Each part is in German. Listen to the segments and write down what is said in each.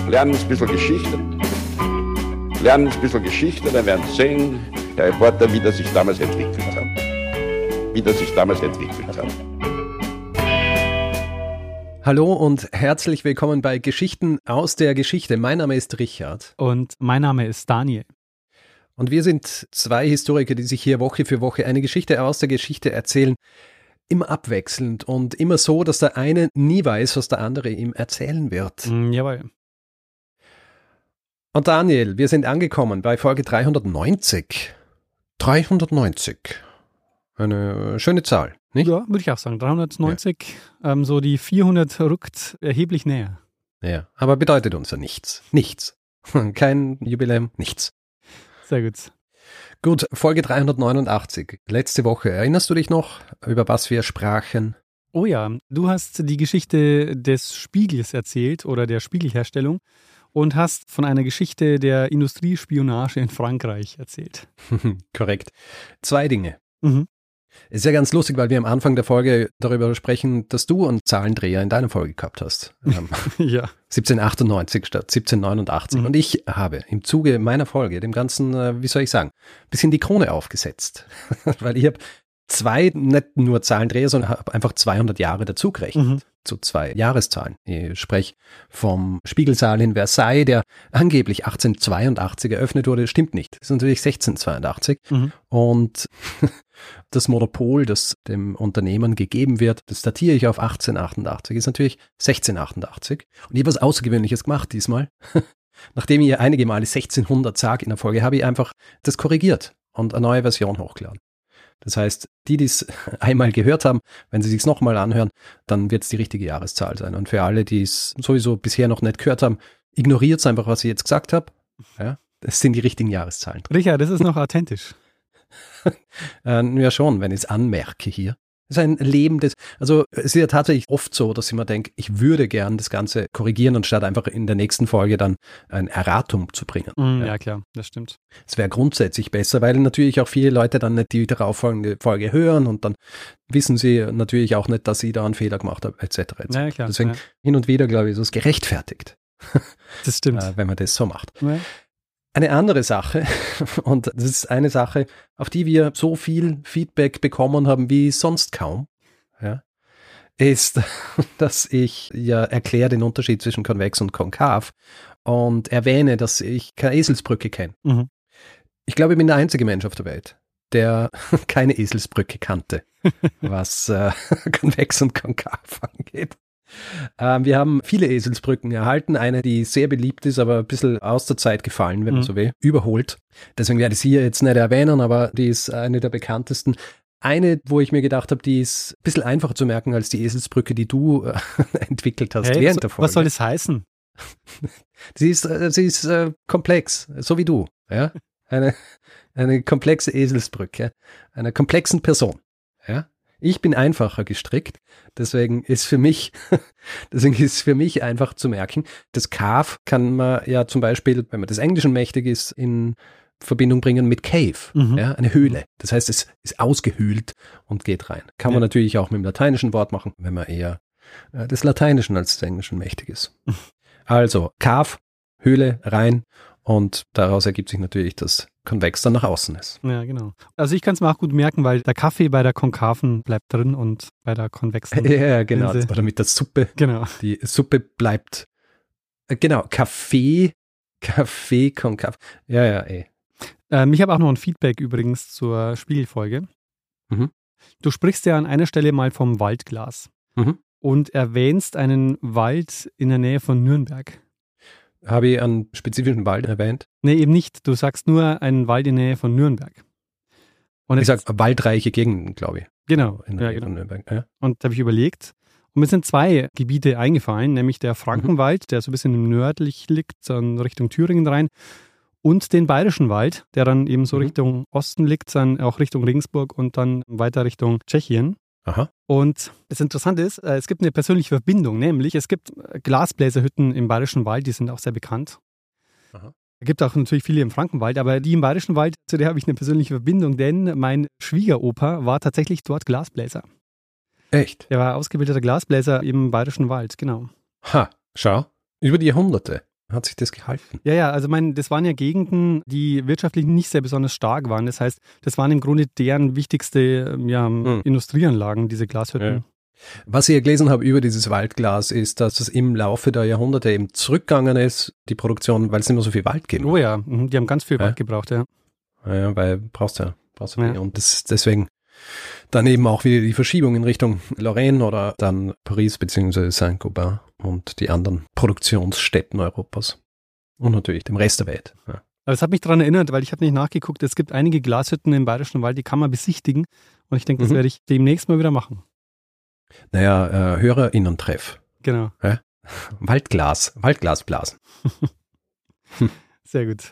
lernen ein bisschen Geschichte. Lernen ein bisschen Geschichte, dann werden Sie sehen, der Reporter, wie das sich damals entwickelt hat. Hallo und herzlich willkommen bei Geschichten aus der Geschichte. Mein Name ist Richard. Und mein Name ist Daniel. Und wir sind zwei Historiker, die sich hier Woche für Woche eine Geschichte aus der Geschichte erzählen. Immer abwechselnd und immer so, dass der eine nie weiß, was der andere ihm erzählen wird. Jawohl. Und Daniel, wir sind angekommen bei Folge 390. 390. Eine schöne Zahl, nicht? Ja, würde ich auch sagen. 390, ja. So die 400 rückt erheblich näher. Ja, aber bedeutet uns ja nichts. Nichts. Kein Jubiläum, nichts. Sehr gut. Gut, Folge 389. Letzte Woche. Erinnerst du dich noch, über was wir sprachen? Oh ja, du hast die Geschichte des Spiegels erzählt oder der Spiegelherstellung und hast von einer Geschichte der Industriespionage in Frankreich erzählt. Korrekt. Zwei Dinge. Ist ja ganz lustig, weil wir am Anfang der Folge darüber sprechen, dass du einen Zahlendreher in deiner Folge gehabt hast. Ja. 1798 statt 1789. Und ich habe im Zuge meiner Folge dem Ganzen, wie soll ich sagen, ein bisschen die Krone aufgesetzt. Weil ich habe zwei, nicht nur Zahlendreher, sondern habe einfach 200 Jahre dazugerechnet. Zu zwei Jahreszahlen. Ich spreche vom Spiegelsaal in Versailles, der angeblich 1882 eröffnet wurde. Stimmt nicht. Das ist natürlich 1682. Und das Monopol, das dem Unternehmen gegeben wird, das datiere ich auf 1888, ist natürlich 1688. Und ich habe was Außergewöhnliches gemacht diesmal. Nachdem ich einige Male 1600 sage in der Folge, habe ich einfach das korrigiert und eine neue Version hochgeladen. Das heißt, die es einmal gehört haben, wenn sie es nochmal anhören, dann wird es die richtige Jahreszahl sein. Und für alle, die es sowieso bisher noch nicht gehört haben, ignoriert es einfach, was ich jetzt gesagt habe. Ja, das sind die richtigen Jahreszahlen. Richard, das ist noch authentisch. Ja schon, wenn ich es anmerke hier. Es ist ein lebendes, also es ist ja tatsächlich oft so, dass ich mir denke, ich würde gern das Ganze korrigieren, anstatt einfach in der nächsten Folge dann ein Erratum zu bringen. Ja klar, das stimmt. Es wäre grundsätzlich besser, weil natürlich auch viele Leute dann nicht die darauffolgende Folge hören und dann wissen sie natürlich auch nicht, dass ich da einen Fehler gemacht habe, etc. Ja, klar, deswegen hin und wieder, glaube ich, ist es gerechtfertigt. Das stimmt. Wenn man das so macht. Ja. Eine andere Sache, und das ist eine Sache, auf die wir so viel Feedback bekommen haben wie sonst kaum, ja, ist, dass ich ja erkläre den Unterschied zwischen konvex und konkav und erwähne, dass ich keine Eselsbrücke kenne. Ich glaube, ich bin der einzige Mensch auf der Welt, der keine Eselsbrücke kannte, was konvex und konkav angeht. Wir haben viele Eselsbrücken erhalten. Eine, die sehr beliebt ist, aber ein bisschen aus der Zeit gefallen, wenn man so will, überholt. Deswegen werde ich sie hier jetzt nicht erwähnen, aber die ist eine der bekanntesten. Eine, wo ich mir gedacht habe, die ist ein bisschen einfacher zu merken als die Eselsbrücke, die du entwickelt hast während der Folge. Was soll das heißen? Sie ist komplex, so wie du. Ja? Eine komplexe Eselsbrücke einer komplexen Person. Ja? Ich bin einfacher gestrickt, deswegen ist für mich einfach zu merken, das Kav kann man ja zum Beispiel, wenn man des Englischen mächtig ist, in Verbindung bringen mit Cave, ja, eine Höhle. Das heißt, es ist ausgehöhlt und geht rein. Kann man natürlich auch mit dem lateinischen Wort machen, wenn man eher des Lateinischen als des Englischen mächtig ist. Also Kav, Höhle, rein. Und daraus ergibt sich natürlich, dass konvex dann nach außen ist. Ja, genau. Also ich kann es mir auch gut merken, weil der Kaffee bei der konkaven bleibt drin und bei der konvexen. Ja, genau. Linse. Oder mit der Suppe. Genau. Die Suppe bleibt, genau, Kaffee, konkav. Ja, Ich habe auch noch ein Feedback übrigens zur Spiegelfolge. Du sprichst ja an einer Stelle mal vom Waldglas und erwähnst einen Wald in der Nähe von Nürnberg. Habe ich einen spezifischen Wald erwähnt? Nee, eben nicht. Du sagst nur einen Wald in der Nähe von Nürnberg. Und ich sage waldreiche Gegenden, glaube ich. Genau. In der Nähe von Nürnberg. Ja. Und da habe ich überlegt. Und mir sind zwei Gebiete eingefallen, nämlich der Frankenwald, der so ein bisschen nördlich liegt, dann Richtung Thüringen rein, und den Bayerischen Wald, der dann eben so Richtung Osten liegt, dann auch Richtung Regensburg und dann weiter Richtung Tschechien. Aha. Und das Interessante ist, es gibt eine persönliche Verbindung, nämlich es gibt Glasbläserhütten im Bayerischen Wald, die sind auch sehr bekannt. Aha. Es gibt auch natürlich viele im Frankenwald, aber die im Bayerischen Wald, zu der habe ich eine persönliche Verbindung, denn mein Schwiegeropa war tatsächlich dort Glasbläser. Echt? Er war ausgebildeter Glasbläser im Bayerischen Wald, genau. Ha, schau. Über die Jahrhunderte. hat sich das gehalten. Ja, also das waren ja Gegenden, die wirtschaftlich nicht sehr besonders stark waren. Das heißt, das waren im Grunde deren wichtigste Industrieanlagen, diese Glashütten. Ja. Was ich ja gelesen habe über dieses Waldglas ist, dass es im Laufe der Jahrhunderte eben zurückgegangen ist, die Produktion, weil es nicht mehr so viel Wald gibt. Oh ja, die haben ganz viel Wald gebraucht, ja. Ja, weil brauchst du viel. Und deswegen dann eben auch wieder die Verschiebung in Richtung Lorraine oder dann Paris bzw. Saint-Gobain und die anderen Produktionsstätten Europas. Und natürlich dem Rest der Welt. Ja. Aber es hat mich daran erinnert, weil ich habe nicht nachgeguckt, es gibt einige Glashütten im Bayerischen Wald, die kann man besichtigen. Und ich denke, das werde ich demnächst mal wieder machen. Naja, HörerInnen-Treff. Genau. Ja? Waldglasblasen. Sehr gut.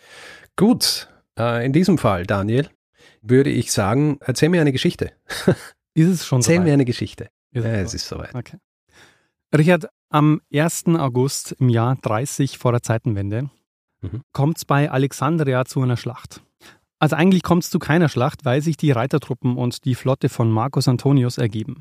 Gut, in diesem Fall, Daniel, würde ich sagen, erzähl mir eine Geschichte. Ist es schon Erzähl soweit? mir eine Geschichte. Es ist soweit. Okay. Richard, am 1. August im Jahr 30 vor der Zeitenwende kommt es bei Alexandria zu einer Schlacht. Also eigentlich kommt es zu keiner Schlacht, weil sich die Reitertruppen und die Flotte von Marcus Antonius ergeben.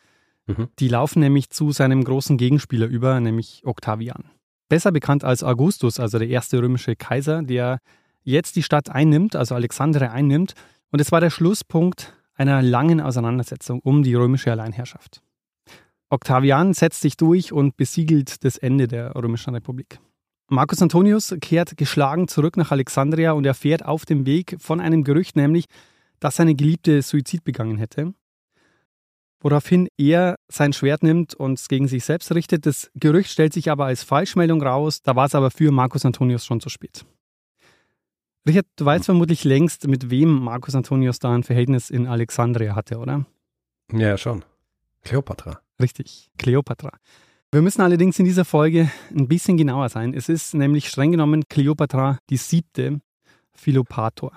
Die laufen nämlich zu seinem großen Gegenspieler über, nämlich Octavian. Besser bekannt als Augustus, also der erste römische Kaiser, der jetzt die Stadt einnimmt, also Alexandria einnimmt. Und es war der Schlusspunkt einer langen Auseinandersetzung um die römische Alleinherrschaft. Octavian setzt sich durch und besiegelt das Ende der Römischen Republik. Marcus Antonius kehrt geschlagen zurück nach Alexandria und erfährt auf dem Weg von einem Gerücht, nämlich, dass seine Geliebte Suizid begangen hätte. Woraufhin er sein Schwert nimmt und es gegen sich selbst richtet. Das Gerücht stellt sich aber als Falschmeldung raus, da war es aber für Marcus Antonius schon zu spät. Richard, du weißt vermutlich längst, mit wem Marcus Antonius da ein Verhältnis in Alexandria hatte, oder? Ja, schon. Kleopatra. Richtig, Kleopatra. Wir müssen allerdings in dieser Folge ein bisschen genauer sein. Es ist nämlich streng genommen Kleopatra die 7. Philopator.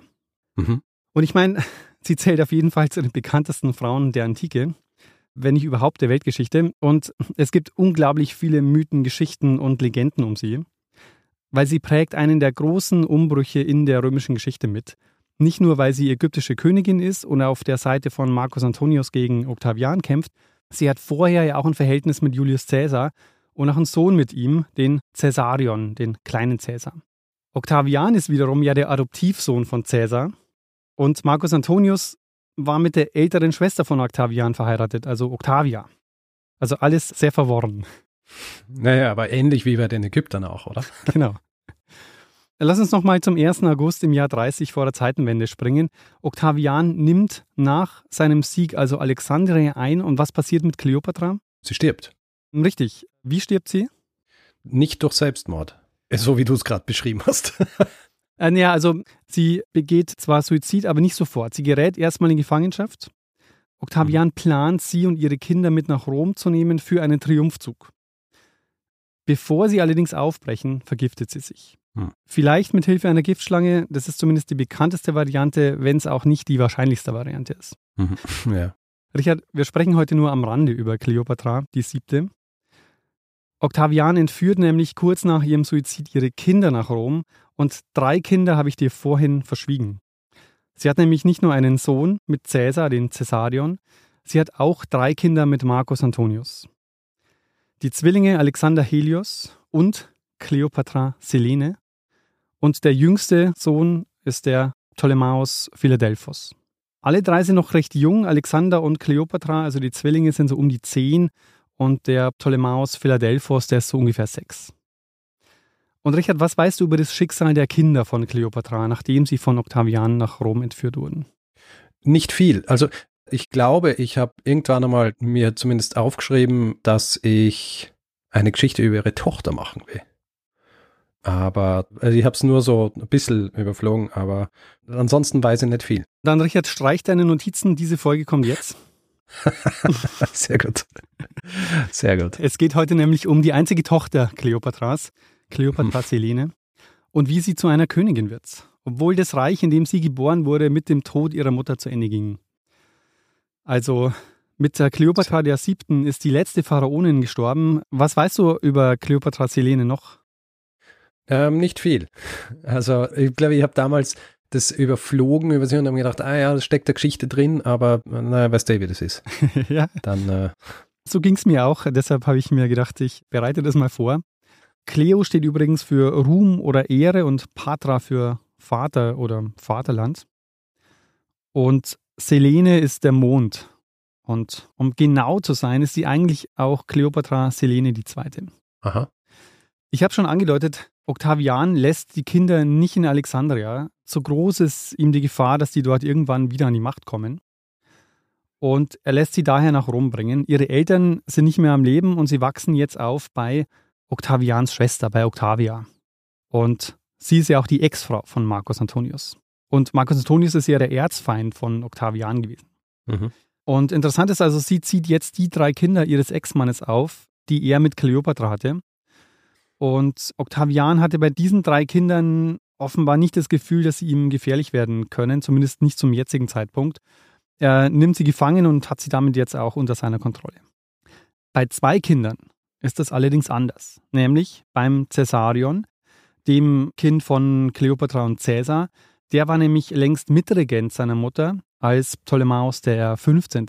Und ich meine, sie zählt auf jeden Fall zu den bekanntesten Frauen der Antike, wenn nicht überhaupt der Weltgeschichte. Und es gibt unglaublich viele Mythen, Geschichten und Legenden um sie, weil sie prägt einen der großen Umbrüche in der römischen Geschichte mit. Nicht nur, weil sie ägyptische Königin ist und auf der Seite von Marcus Antonius gegen Octavian kämpft, sie hat vorher ja auch ein Verhältnis mit Julius Caesar und auch einen Sohn mit ihm, den Caesarion, den kleinen Caesar. Octavian ist wiederum ja der Adoptivsohn von Caesar und Marcus Antonius war mit der älteren Schwester von Octavian verheiratet, also Octavia. Also alles sehr verworren. Naja, aber ähnlich wie bei den Ägyptern auch, oder? Genau. Lass uns nochmal zum 1. August im Jahr 30 vor der Zeitenwende springen. Octavian nimmt nach seinem Sieg also Alexandria ein. Und was passiert mit Kleopatra? Sie stirbt. Richtig. Wie stirbt sie? Nicht durch Selbstmord. So wie du es gerade beschrieben hast. Also sie begeht zwar Suizid, aber nicht sofort. Sie gerät erstmal in Gefangenschaft. Octavian plant, sie und ihre Kinder mit nach Rom zu nehmen für einen Triumphzug. Bevor sie allerdings aufbrechen, vergiftet sie sich. Vielleicht mit Hilfe einer Giftschlange, das ist zumindest die bekannteste Variante, wenn es auch nicht die wahrscheinlichste Variante ist. Ja. Richard, wir sprechen heute nur am Rande über Kleopatra, die 7. Octavian entführt nämlich kurz nach ihrem Suizid ihre Kinder nach Rom und 3 Kinder habe ich dir vorhin verschwiegen. Sie hat nämlich nicht nur einen Sohn mit Caesar, den Caesarion, sie hat auch 3 Kinder mit Marcus Antonius. Die Zwillinge Alexander Helios und Kleopatra Selene und der jüngste Sohn ist der Ptolemäus Philadelphos. Alle 3 sind noch recht jung, Alexander und Kleopatra, also die Zwillinge sind so um die 10 und der Ptolemäus Philadelphos, der ist so ungefähr 6. Und Richard, was weißt du über das Schicksal der Kinder von Kleopatra, nachdem sie von Octavian nach Rom entführt wurden? Nicht viel. Also ich glaube, ich habe irgendwann einmal mir zumindest aufgeschrieben, dass ich eine Geschichte über ihre Tochter machen will. Aber also ich habe es nur so ein bisschen überflogen, aber ansonsten weiß ich nicht viel. Dann Richard, streich deine Notizen, diese Folge kommt jetzt. Sehr gut. Sehr gut. Es geht heute nämlich um die einzige Tochter Kleopatras, Kleopatra Selene, und wie sie zu einer Königin wird, obwohl das Reich, in dem sie geboren wurde, mit dem Tod ihrer Mutter zu Ende ging. Also mit der Kleopatra der 7. ist die letzte Pharaonin gestorben. Was weißt du über Kleopatra Selene noch? Nicht viel. Also ich glaube, ich habe damals das überflogen über sie und habe gedacht, ja, das steckt da Geschichte drin, aber naja, weißt du, wie das ist. Ja. Dann, so ging es mir auch, deshalb habe ich mir gedacht, ich bereite das mal vor. Cleo steht übrigens für Ruhm oder Ehre und Patra für Vater oder Vaterland. Und Selene ist der Mond. Und um genau zu sein, ist sie eigentlich auch Kleopatra Selene II. Aha. Ich habe schon angedeutet, Octavian lässt die Kinder nicht in Alexandria. So groß ist ihm die Gefahr, dass die dort irgendwann wieder an die Macht kommen. Und er lässt sie daher nach Rom bringen. Ihre Eltern sind nicht mehr am Leben und sie wachsen jetzt auf bei Octavians Schwester, bei Octavia. Und sie ist ja auch die Ex-Frau von Marcus Antonius. Und Marcus Antonius ist ja der Erzfeind von Octavian gewesen. Mhm. Und interessant ist also, sie zieht jetzt die 3 Kinder ihres Ex-Mannes auf, die er mit Kleopatra hatte. Und Octavian hatte bei diesen 3 Kindern offenbar nicht das Gefühl, dass sie ihm gefährlich werden können, zumindest nicht zum jetzigen Zeitpunkt. Er nimmt sie gefangen und hat sie damit jetzt auch unter seiner Kontrolle. Bei 2 Kindern ist das allerdings anders, nämlich beim Caesarion, dem Kind von Kleopatra und Caesar. Der war nämlich längst Mitregent seiner Mutter als Ptolemäus der 15.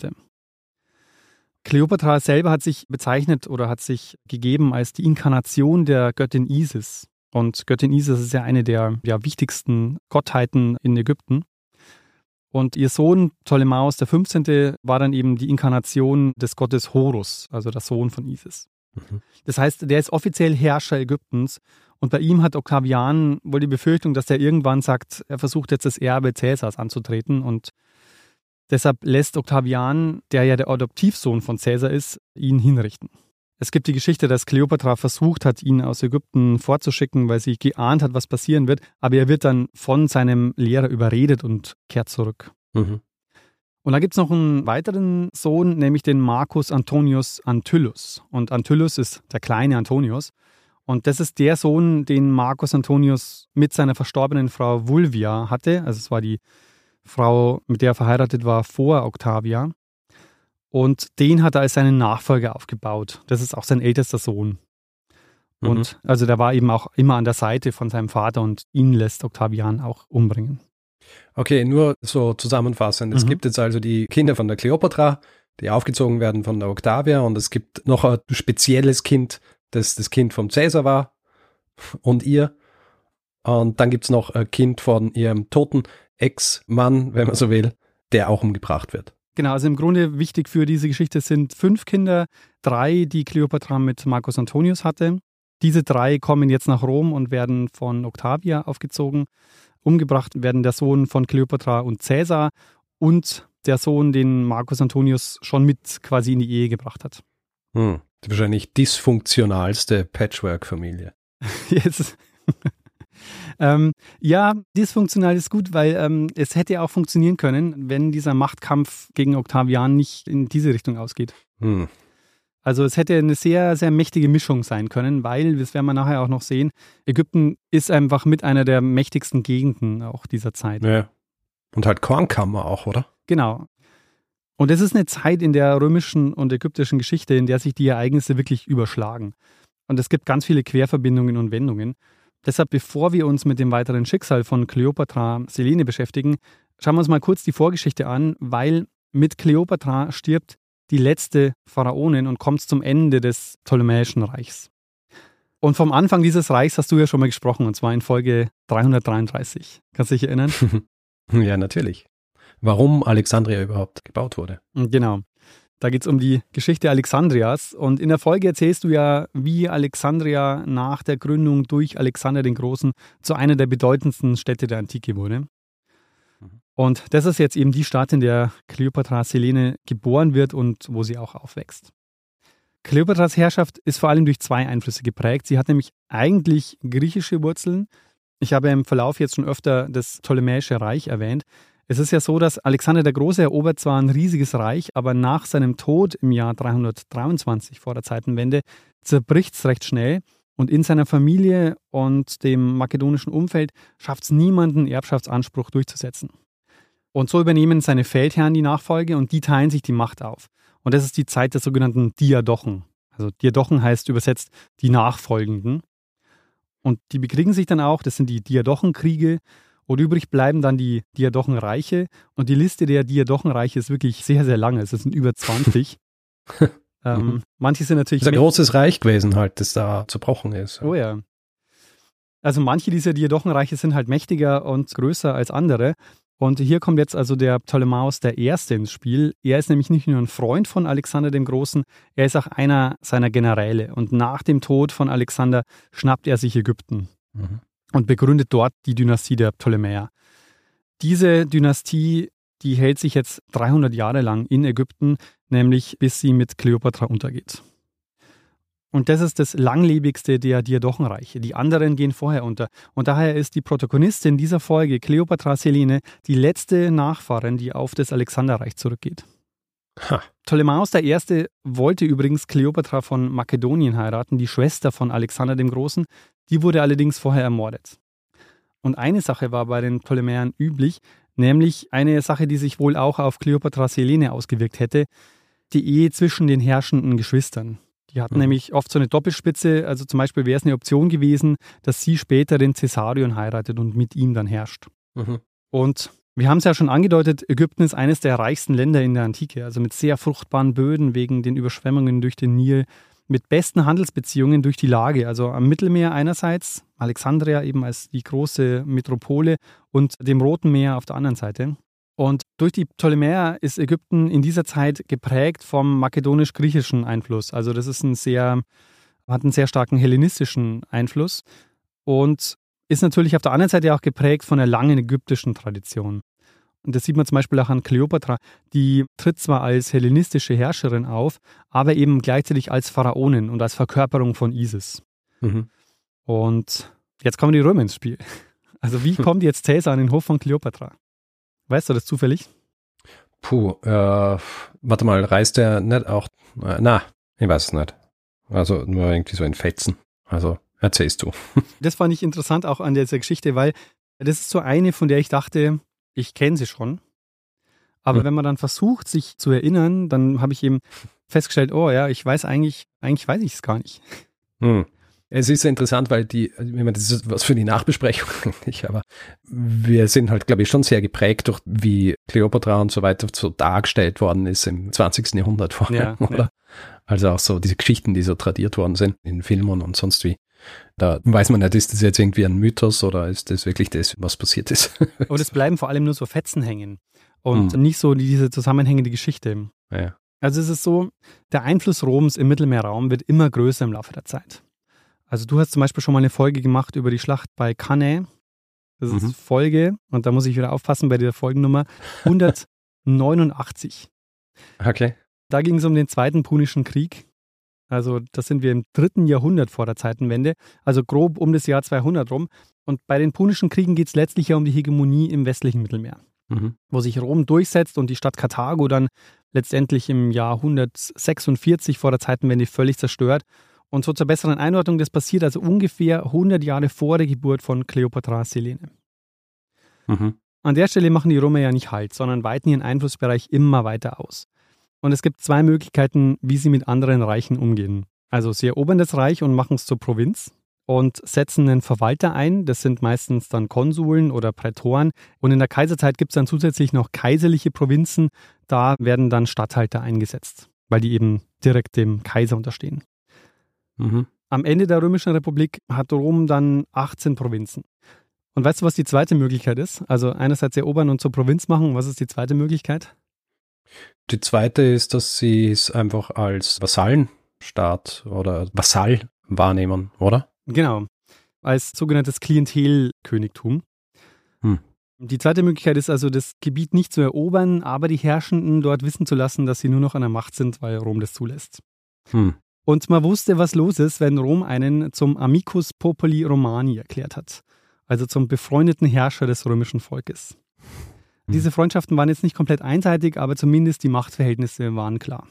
Kleopatra selber hat sich bezeichnet oder hat sich gegeben als die Inkarnation der Göttin Isis. Und Göttin Isis ist ja eine der wichtigsten Gottheiten in Ägypten. Und ihr Sohn Ptolemäus der 15. war dann eben die Inkarnation des Gottes Horus, also der Sohn von Isis. Mhm. Das heißt, der ist offiziell Herrscher Ägyptens. Und bei ihm hat Octavian wohl die Befürchtung, dass er irgendwann sagt, er versucht jetzt das Erbe Cäsars anzutreten. Und deshalb lässt Octavian, der ja der Adoptivsohn von Cäsar ist, ihn hinrichten. Es gibt die Geschichte, dass Kleopatra versucht hat, ihn aus Ägypten vorzuschicken, weil sie geahnt hat, was passieren wird. Aber er wird dann von seinem Lehrer überredet und kehrt zurück. Mhm. Und da gibt es noch einen weiteren Sohn, nämlich den Marcus Antonius Antyllus. Und Antyllus ist der kleine Antonius. Und das ist der Sohn, den Marcus Antonius mit seiner verstorbenen Frau Fulvia hatte. Also es war die Frau, mit der er verheiratet war vor Octavia. Und den hat er als seinen Nachfolger aufgebaut. Das ist auch sein ältester Sohn. Und also der war eben auch immer an der Seite von seinem Vater und ihn lässt Octavian auch umbringen. Okay, nur so zusammenfassend. Es gibt jetzt also die Kinder von der Kleopatra, die aufgezogen werden von der Octavia, und es gibt noch ein spezielles Kind, das Kind vom Cäsar war und ihr. Und dann gibt es noch ein Kind von ihrem toten Ex-Mann, wenn man so will, der auch umgebracht wird. Genau, also im Grunde wichtig für diese Geschichte sind 5 Kinder, 3, die Kleopatra mit Marcus Antonius hatte. Diese 3 kommen jetzt nach Rom und werden von Octavia aufgezogen. Umgebracht werden der Sohn von Kleopatra und Cäsar und der Sohn, den Marcus Antonius schon mit quasi in die Ehe gebracht hat. Die wahrscheinlich dysfunktionalste Patchwork-Familie. Yes. Ja, dysfunktional ist gut, weil es hätte auch funktionieren können, wenn dieser Machtkampf gegen Octavian nicht in diese Richtung ausgeht. Also es hätte eine sehr, sehr mächtige Mischung sein können, weil, das werden wir nachher auch noch sehen, Ägypten ist einfach mit einer der mächtigsten Gegenden auch dieser Zeit. Ja. Und halt Kornkammer auch, oder? Genau. Und es ist eine Zeit in der römischen und ägyptischen Geschichte, in der sich die Ereignisse wirklich überschlagen. Und es gibt ganz viele Querverbindungen und Wendungen. Deshalb, bevor wir uns mit dem weiteren Schicksal von Kleopatra Selene beschäftigen, schauen wir uns mal kurz die Vorgeschichte an, weil mit Kleopatra stirbt die letzte Pharaonin und kommt zum Ende des Ptolemäischen Reichs. Und vom Anfang dieses Reichs hast du ja schon mal gesprochen, und zwar in Folge 333. Kannst du dich erinnern? Ja, natürlich. Warum Alexandria überhaupt gebaut wurde. Genau. Da geht es um die Geschichte Alexandrias. Und in der Folge erzählst du ja, wie Alexandria nach der Gründung durch Alexander den Großen zu einer der bedeutendsten Städte der Antike wurde. Und das ist jetzt eben die Stadt, in der Kleopatra Selene geboren wird und wo sie auch aufwächst. Kleopatras Herrschaft ist vor allem durch 2 Einflüsse geprägt. Sie hat nämlich eigentlich griechische Wurzeln. Ich habe im Verlauf jetzt schon öfter das Ptolemäische Reich erwähnt. Es ist ja so, dass Alexander der Große erobert zwar ein riesiges Reich, aber nach seinem Tod im Jahr 323 vor der Zeitenwende zerbricht es recht schnell. Und in seiner Familie und dem makedonischen Umfeld schafft es niemanden, Erbschaftsanspruch durchzusetzen. Und so übernehmen seine Feldherren die Nachfolge und die teilen sich die Macht auf. Und das ist die Zeit der sogenannten Diadochen. Also Diadochen heißt übersetzt die Nachfolgenden. Und die bekriegen sich dann auch, das sind die Diadochenkriege. Und übrig bleiben dann die Diadochenreiche. Und die Liste der Diadochenreiche ist wirklich sehr, sehr lange. Es sind über 20. Manche sind natürlich... Das ist ein großes Reich gewesen halt, das da zerbrochen ist. Oh ja. Also manche dieser Diadochenreiche sind halt mächtiger und größer als andere. Und hier kommt jetzt also der Ptolemäus I. ins Spiel. Er ist nämlich nicht nur ein Freund von Alexander dem Großen, er ist auch einer seiner Generäle. Und nach dem Tod von Alexander schnappt er sich Ägypten und begründet dort die Dynastie der Ptolemäer. Diese Dynastie, die hält sich jetzt 300 Jahre lang in Ägypten, nämlich bis sie mit Kleopatra untergeht. Und das ist das langlebigste der Diadochenreiche. Die anderen gehen vorher unter. Und daher ist die Protagonistin dieser Folge, Kleopatra Selene, die letzte Nachfahrin, die auf das Alexanderreich zurückgeht. Ptolemäus I. wollte übrigens Kleopatra von Makedonien heiraten, die Schwester von Alexander dem Großen. Die wurde allerdings vorher ermordet. Und eine Sache war bei den Ptolemäern üblich, nämlich eine Sache, die sich wohl auch auf Kleopatra Selene ausgewirkt hätte, die Ehe zwischen den herrschenden Geschwistern. Die hatten nämlich oft so eine Doppelspitze, also zum Beispiel wäre es eine Option gewesen, dass sie später den Caesarion heiratet und mit ihm dann herrscht. Und wir haben es ja schon angedeutet, Ägypten ist eines der reichsten Länder in der Antike, also mit sehr fruchtbaren Böden wegen den Überschwemmungen durch den Nil, mit besten Handelsbeziehungen durch die Lage, also am Mittelmeer einerseits, Alexandria eben als die große Metropole und dem Roten Meer auf der anderen Seite. Und durch die Ptolemäer ist Ägypten in dieser Zeit geprägt vom makedonisch-griechischen Einfluss. Also das ist hat einen sehr starken hellenistischen Einfluss und ist natürlich auf der anderen Seite auch geprägt von einer langen ägyptischen Tradition. Und das sieht man zum Beispiel auch an Kleopatra. Die tritt zwar als hellenistische Herrscherin auf, aber eben gleichzeitig als Pharaonin und als Verkörperung von Isis. Und jetzt kommen die Römer ins Spiel. Also wie kommt jetzt Caesar an den Hof von Kleopatra? Weißt du das zufällig? Warte mal, reist der nicht auch? Ich weiß es nicht. Also nur irgendwie so in Fetzen. Also erzählst du. Das fand ich interessant auch an dieser Geschichte, weil das ist so eine, von der ich dachte, ich kenne sie schon. Aber wenn man dann versucht, sich zu erinnern, dann habe ich eben festgestellt, oh ja, ich weiß eigentlich weiß ich es gar nicht. Es ist interessant, weil das ist was für die Nachbesprechung eigentlich, aber wir sind halt, glaube ich, schon sehr geprägt durch, wie Kleopatra und so weiter so dargestellt worden ist im 20. Jahrhundert vor allem, oder? Ja. Also auch so diese Geschichten, die so tradiert worden sind in Filmen und sonst wie. Da weiß man nicht, ist das jetzt irgendwie ein Mythos oder ist das wirklich das, was passiert ist? Aber das bleiben vor allem nur so Fetzen hängen und nicht so diese zusammenhängende Geschichte. Ja. Also es ist so, der Einfluss Roms im Mittelmeerraum wird immer größer im Laufe der Zeit. Also du hast zum Beispiel schon mal eine Folge gemacht über die Schlacht bei Cannae. Das ist Folge, und da muss ich wieder aufpassen bei der Folgennummer, 189. Okay. Da ging es um den Zweiten Punischen Krieg. Also da sind wir im 3. Jahrhundert vor der Zeitenwende, also grob um das Jahr 200 rum. Und bei den Punischen Kriegen geht es letztlich ja um die Hegemonie im westlichen Mittelmeer, wo sich Rom durchsetzt und die Stadt Karthago dann letztendlich im Jahr 146 vor der Zeitenwende völlig zerstört. Und so zur besseren Einordnung, das passiert also ungefähr 100 Jahre vor der Geburt von Kleopatra Selene. An der Stelle machen die Römer ja nicht Halt, sondern weiten ihren Einflussbereich immer weiter aus. Und es gibt zwei Möglichkeiten, wie sie mit anderen Reichen umgehen. Also sie erobern das Reich und machen es zur Provinz und setzen einen Verwalter ein. Das sind meistens dann Konsuln oder Prätoren. Und in der Kaiserzeit gibt es dann zusätzlich noch kaiserliche Provinzen. Da werden dann Statthalter eingesetzt, weil die eben direkt dem Kaiser unterstehen. Am Ende der Römischen Republik hat Rom dann 18 Provinzen. Und weißt du, was die zweite Möglichkeit ist? Also einerseits erobern und zur Provinz machen. Was ist die zweite Möglichkeit? Die zweite ist, dass sie es einfach als Vasallenstaat oder Vasall wahrnehmen, oder? Genau, als sogenanntes Klientelkönigtum. Die zweite Möglichkeit ist also, das Gebiet nicht zu erobern, aber die Herrschenden dort wissen zu lassen, dass sie nur noch an der Macht sind, weil Rom das zulässt. Und man wusste, was los ist, wenn Rom einen zum Amicus Populi Romani erklärt hat, also zum befreundeten Herrscher des römischen Volkes. Diese Freundschaften waren jetzt nicht komplett einseitig, aber zumindest die Machtverhältnisse waren klar.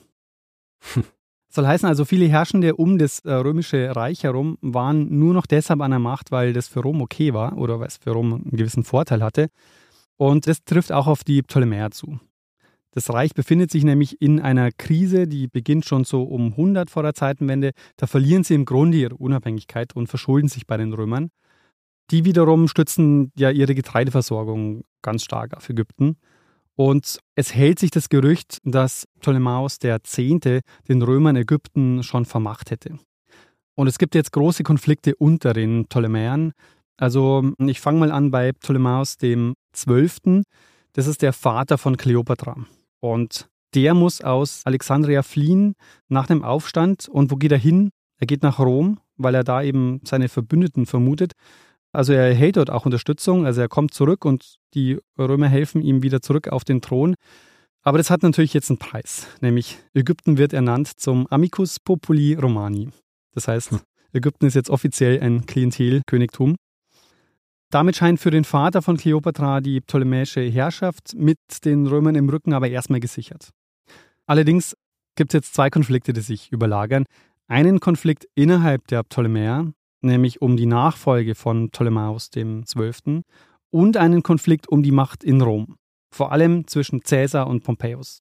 Soll heißen, also viele Herrschende um das römische Reich herum waren nur noch deshalb an der Macht, weil das für Rom okay war oder weil es für Rom einen gewissen Vorteil hatte. Und das trifft auch auf die Ptolemäer zu. Das Reich befindet sich nämlich in einer Krise, die beginnt schon so um 100 vor der Zeitenwende. Da verlieren sie im Grunde ihre Unabhängigkeit und verschulden sich bei den Römern. Die wiederum stützen ja ihre Getreideversorgung ganz stark auf Ägypten. Und es hält sich das Gerücht, dass Ptolemäus X. den Römern Ägypten schon vermacht hätte. Und es gibt jetzt große Konflikte unter den Ptolemäern. Also ich fange mal an bei Ptolemäus XII. Das ist der Vater von Kleopatra. Und der muss aus Alexandria fliehen nach dem Aufstand. Und wo geht er hin? Er geht nach Rom, weil er da eben seine Verbündeten vermutet. Also er erhält dort auch Unterstützung. Also er kommt zurück und die Römer helfen ihm wieder zurück auf den Thron. Aber das hat natürlich jetzt einen Preis. Nämlich Ägypten wird ernannt zum Amicus Populi Romani. Das heißt, Ägypten ist jetzt offiziell ein Klientelkönigtum. Damit scheint für den Vater von Kleopatra die ptolemäische Herrschaft mit den Römern im Rücken aber erstmal gesichert. Allerdings gibt es jetzt zwei Konflikte, die sich überlagern. Einen Konflikt innerhalb der Ptolemäer, nämlich um die Nachfolge von Ptolemäus XII. Und einen Konflikt um die Macht in Rom, vor allem zwischen Caesar und Pompeius.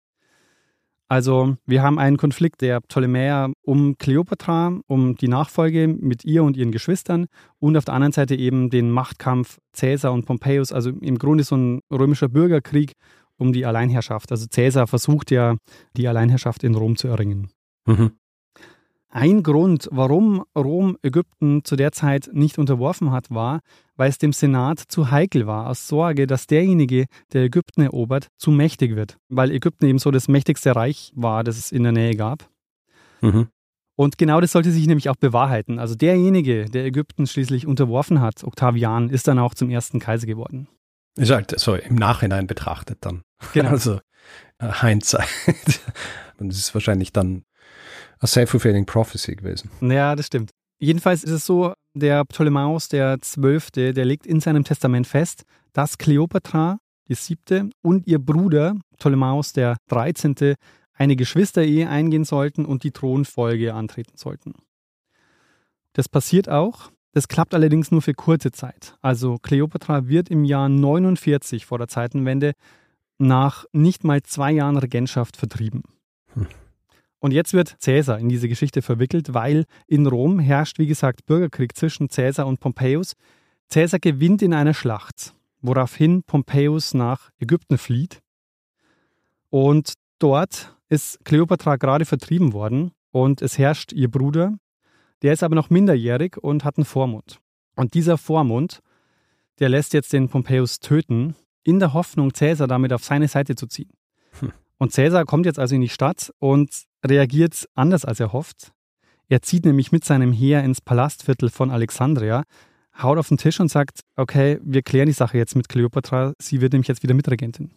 Also wir haben einen Konflikt der Ptolemäer um Kleopatra, um die Nachfolge mit ihr und ihren Geschwistern und auf der anderen Seite eben den Machtkampf Caesar und Pompeius, also im Grunde so ein römischer Bürgerkrieg um die Alleinherrschaft. Also Caesar versucht ja, die Alleinherrschaft in Rom zu erringen. Mhm. Ein Grund, warum Rom Ägypten zu der Zeit nicht unterworfen hat, war, weil es dem Senat zu heikel war, aus Sorge, dass derjenige, der Ägypten erobert, zu mächtig wird. Weil Ägypten eben so das mächtigste Reich war, das es in der Nähe gab. Mhm. Und genau das sollte sich nämlich auch bewahrheiten. Also derjenige, der Ägypten schließlich unterworfen hat, Octavian, ist dann auch zum ersten Kaiser geworden. Ist halt so im Nachhinein betrachtet dann. Genau. Also Hindsight. Und es ist wahrscheinlich dann a self-fulfilling prophecy gewesen. Ja, das stimmt. Jedenfalls ist es so, der Ptolemäus XII., der legt in seinem Testament fest, dass Kleopatra, die 7., und ihr Bruder Ptolemäus XIII. Eine Geschwisterehe eingehen sollten und die Thronfolge antreten sollten. Das passiert auch. Das klappt allerdings nur für kurze Zeit. Also Kleopatra wird im Jahr 49 vor der Zeitenwende nach nicht mal 2 Jahren Regentschaft vertrieben. Und jetzt wird Caesar in diese Geschichte verwickelt, weil in Rom herrscht, wie gesagt, Bürgerkrieg zwischen Caesar und Pompeius. Caesar gewinnt in einer Schlacht, woraufhin Pompeius nach Ägypten flieht. Und dort ist Kleopatra gerade vertrieben worden und es herrscht ihr Bruder. Der ist aber noch minderjährig und hat einen Vormund. Und dieser Vormund, der lässt jetzt den Pompeius töten, in der Hoffnung, Caesar damit auf seine Seite zu ziehen. Und Caesar kommt jetzt also in die Stadt und reagiert anders, als er hofft. Er zieht nämlich mit seinem Heer ins Palastviertel von Alexandria, haut auf den Tisch und sagt, okay, wir klären die Sache jetzt mit Kleopatra, sie wird nämlich jetzt wieder Mitregentin.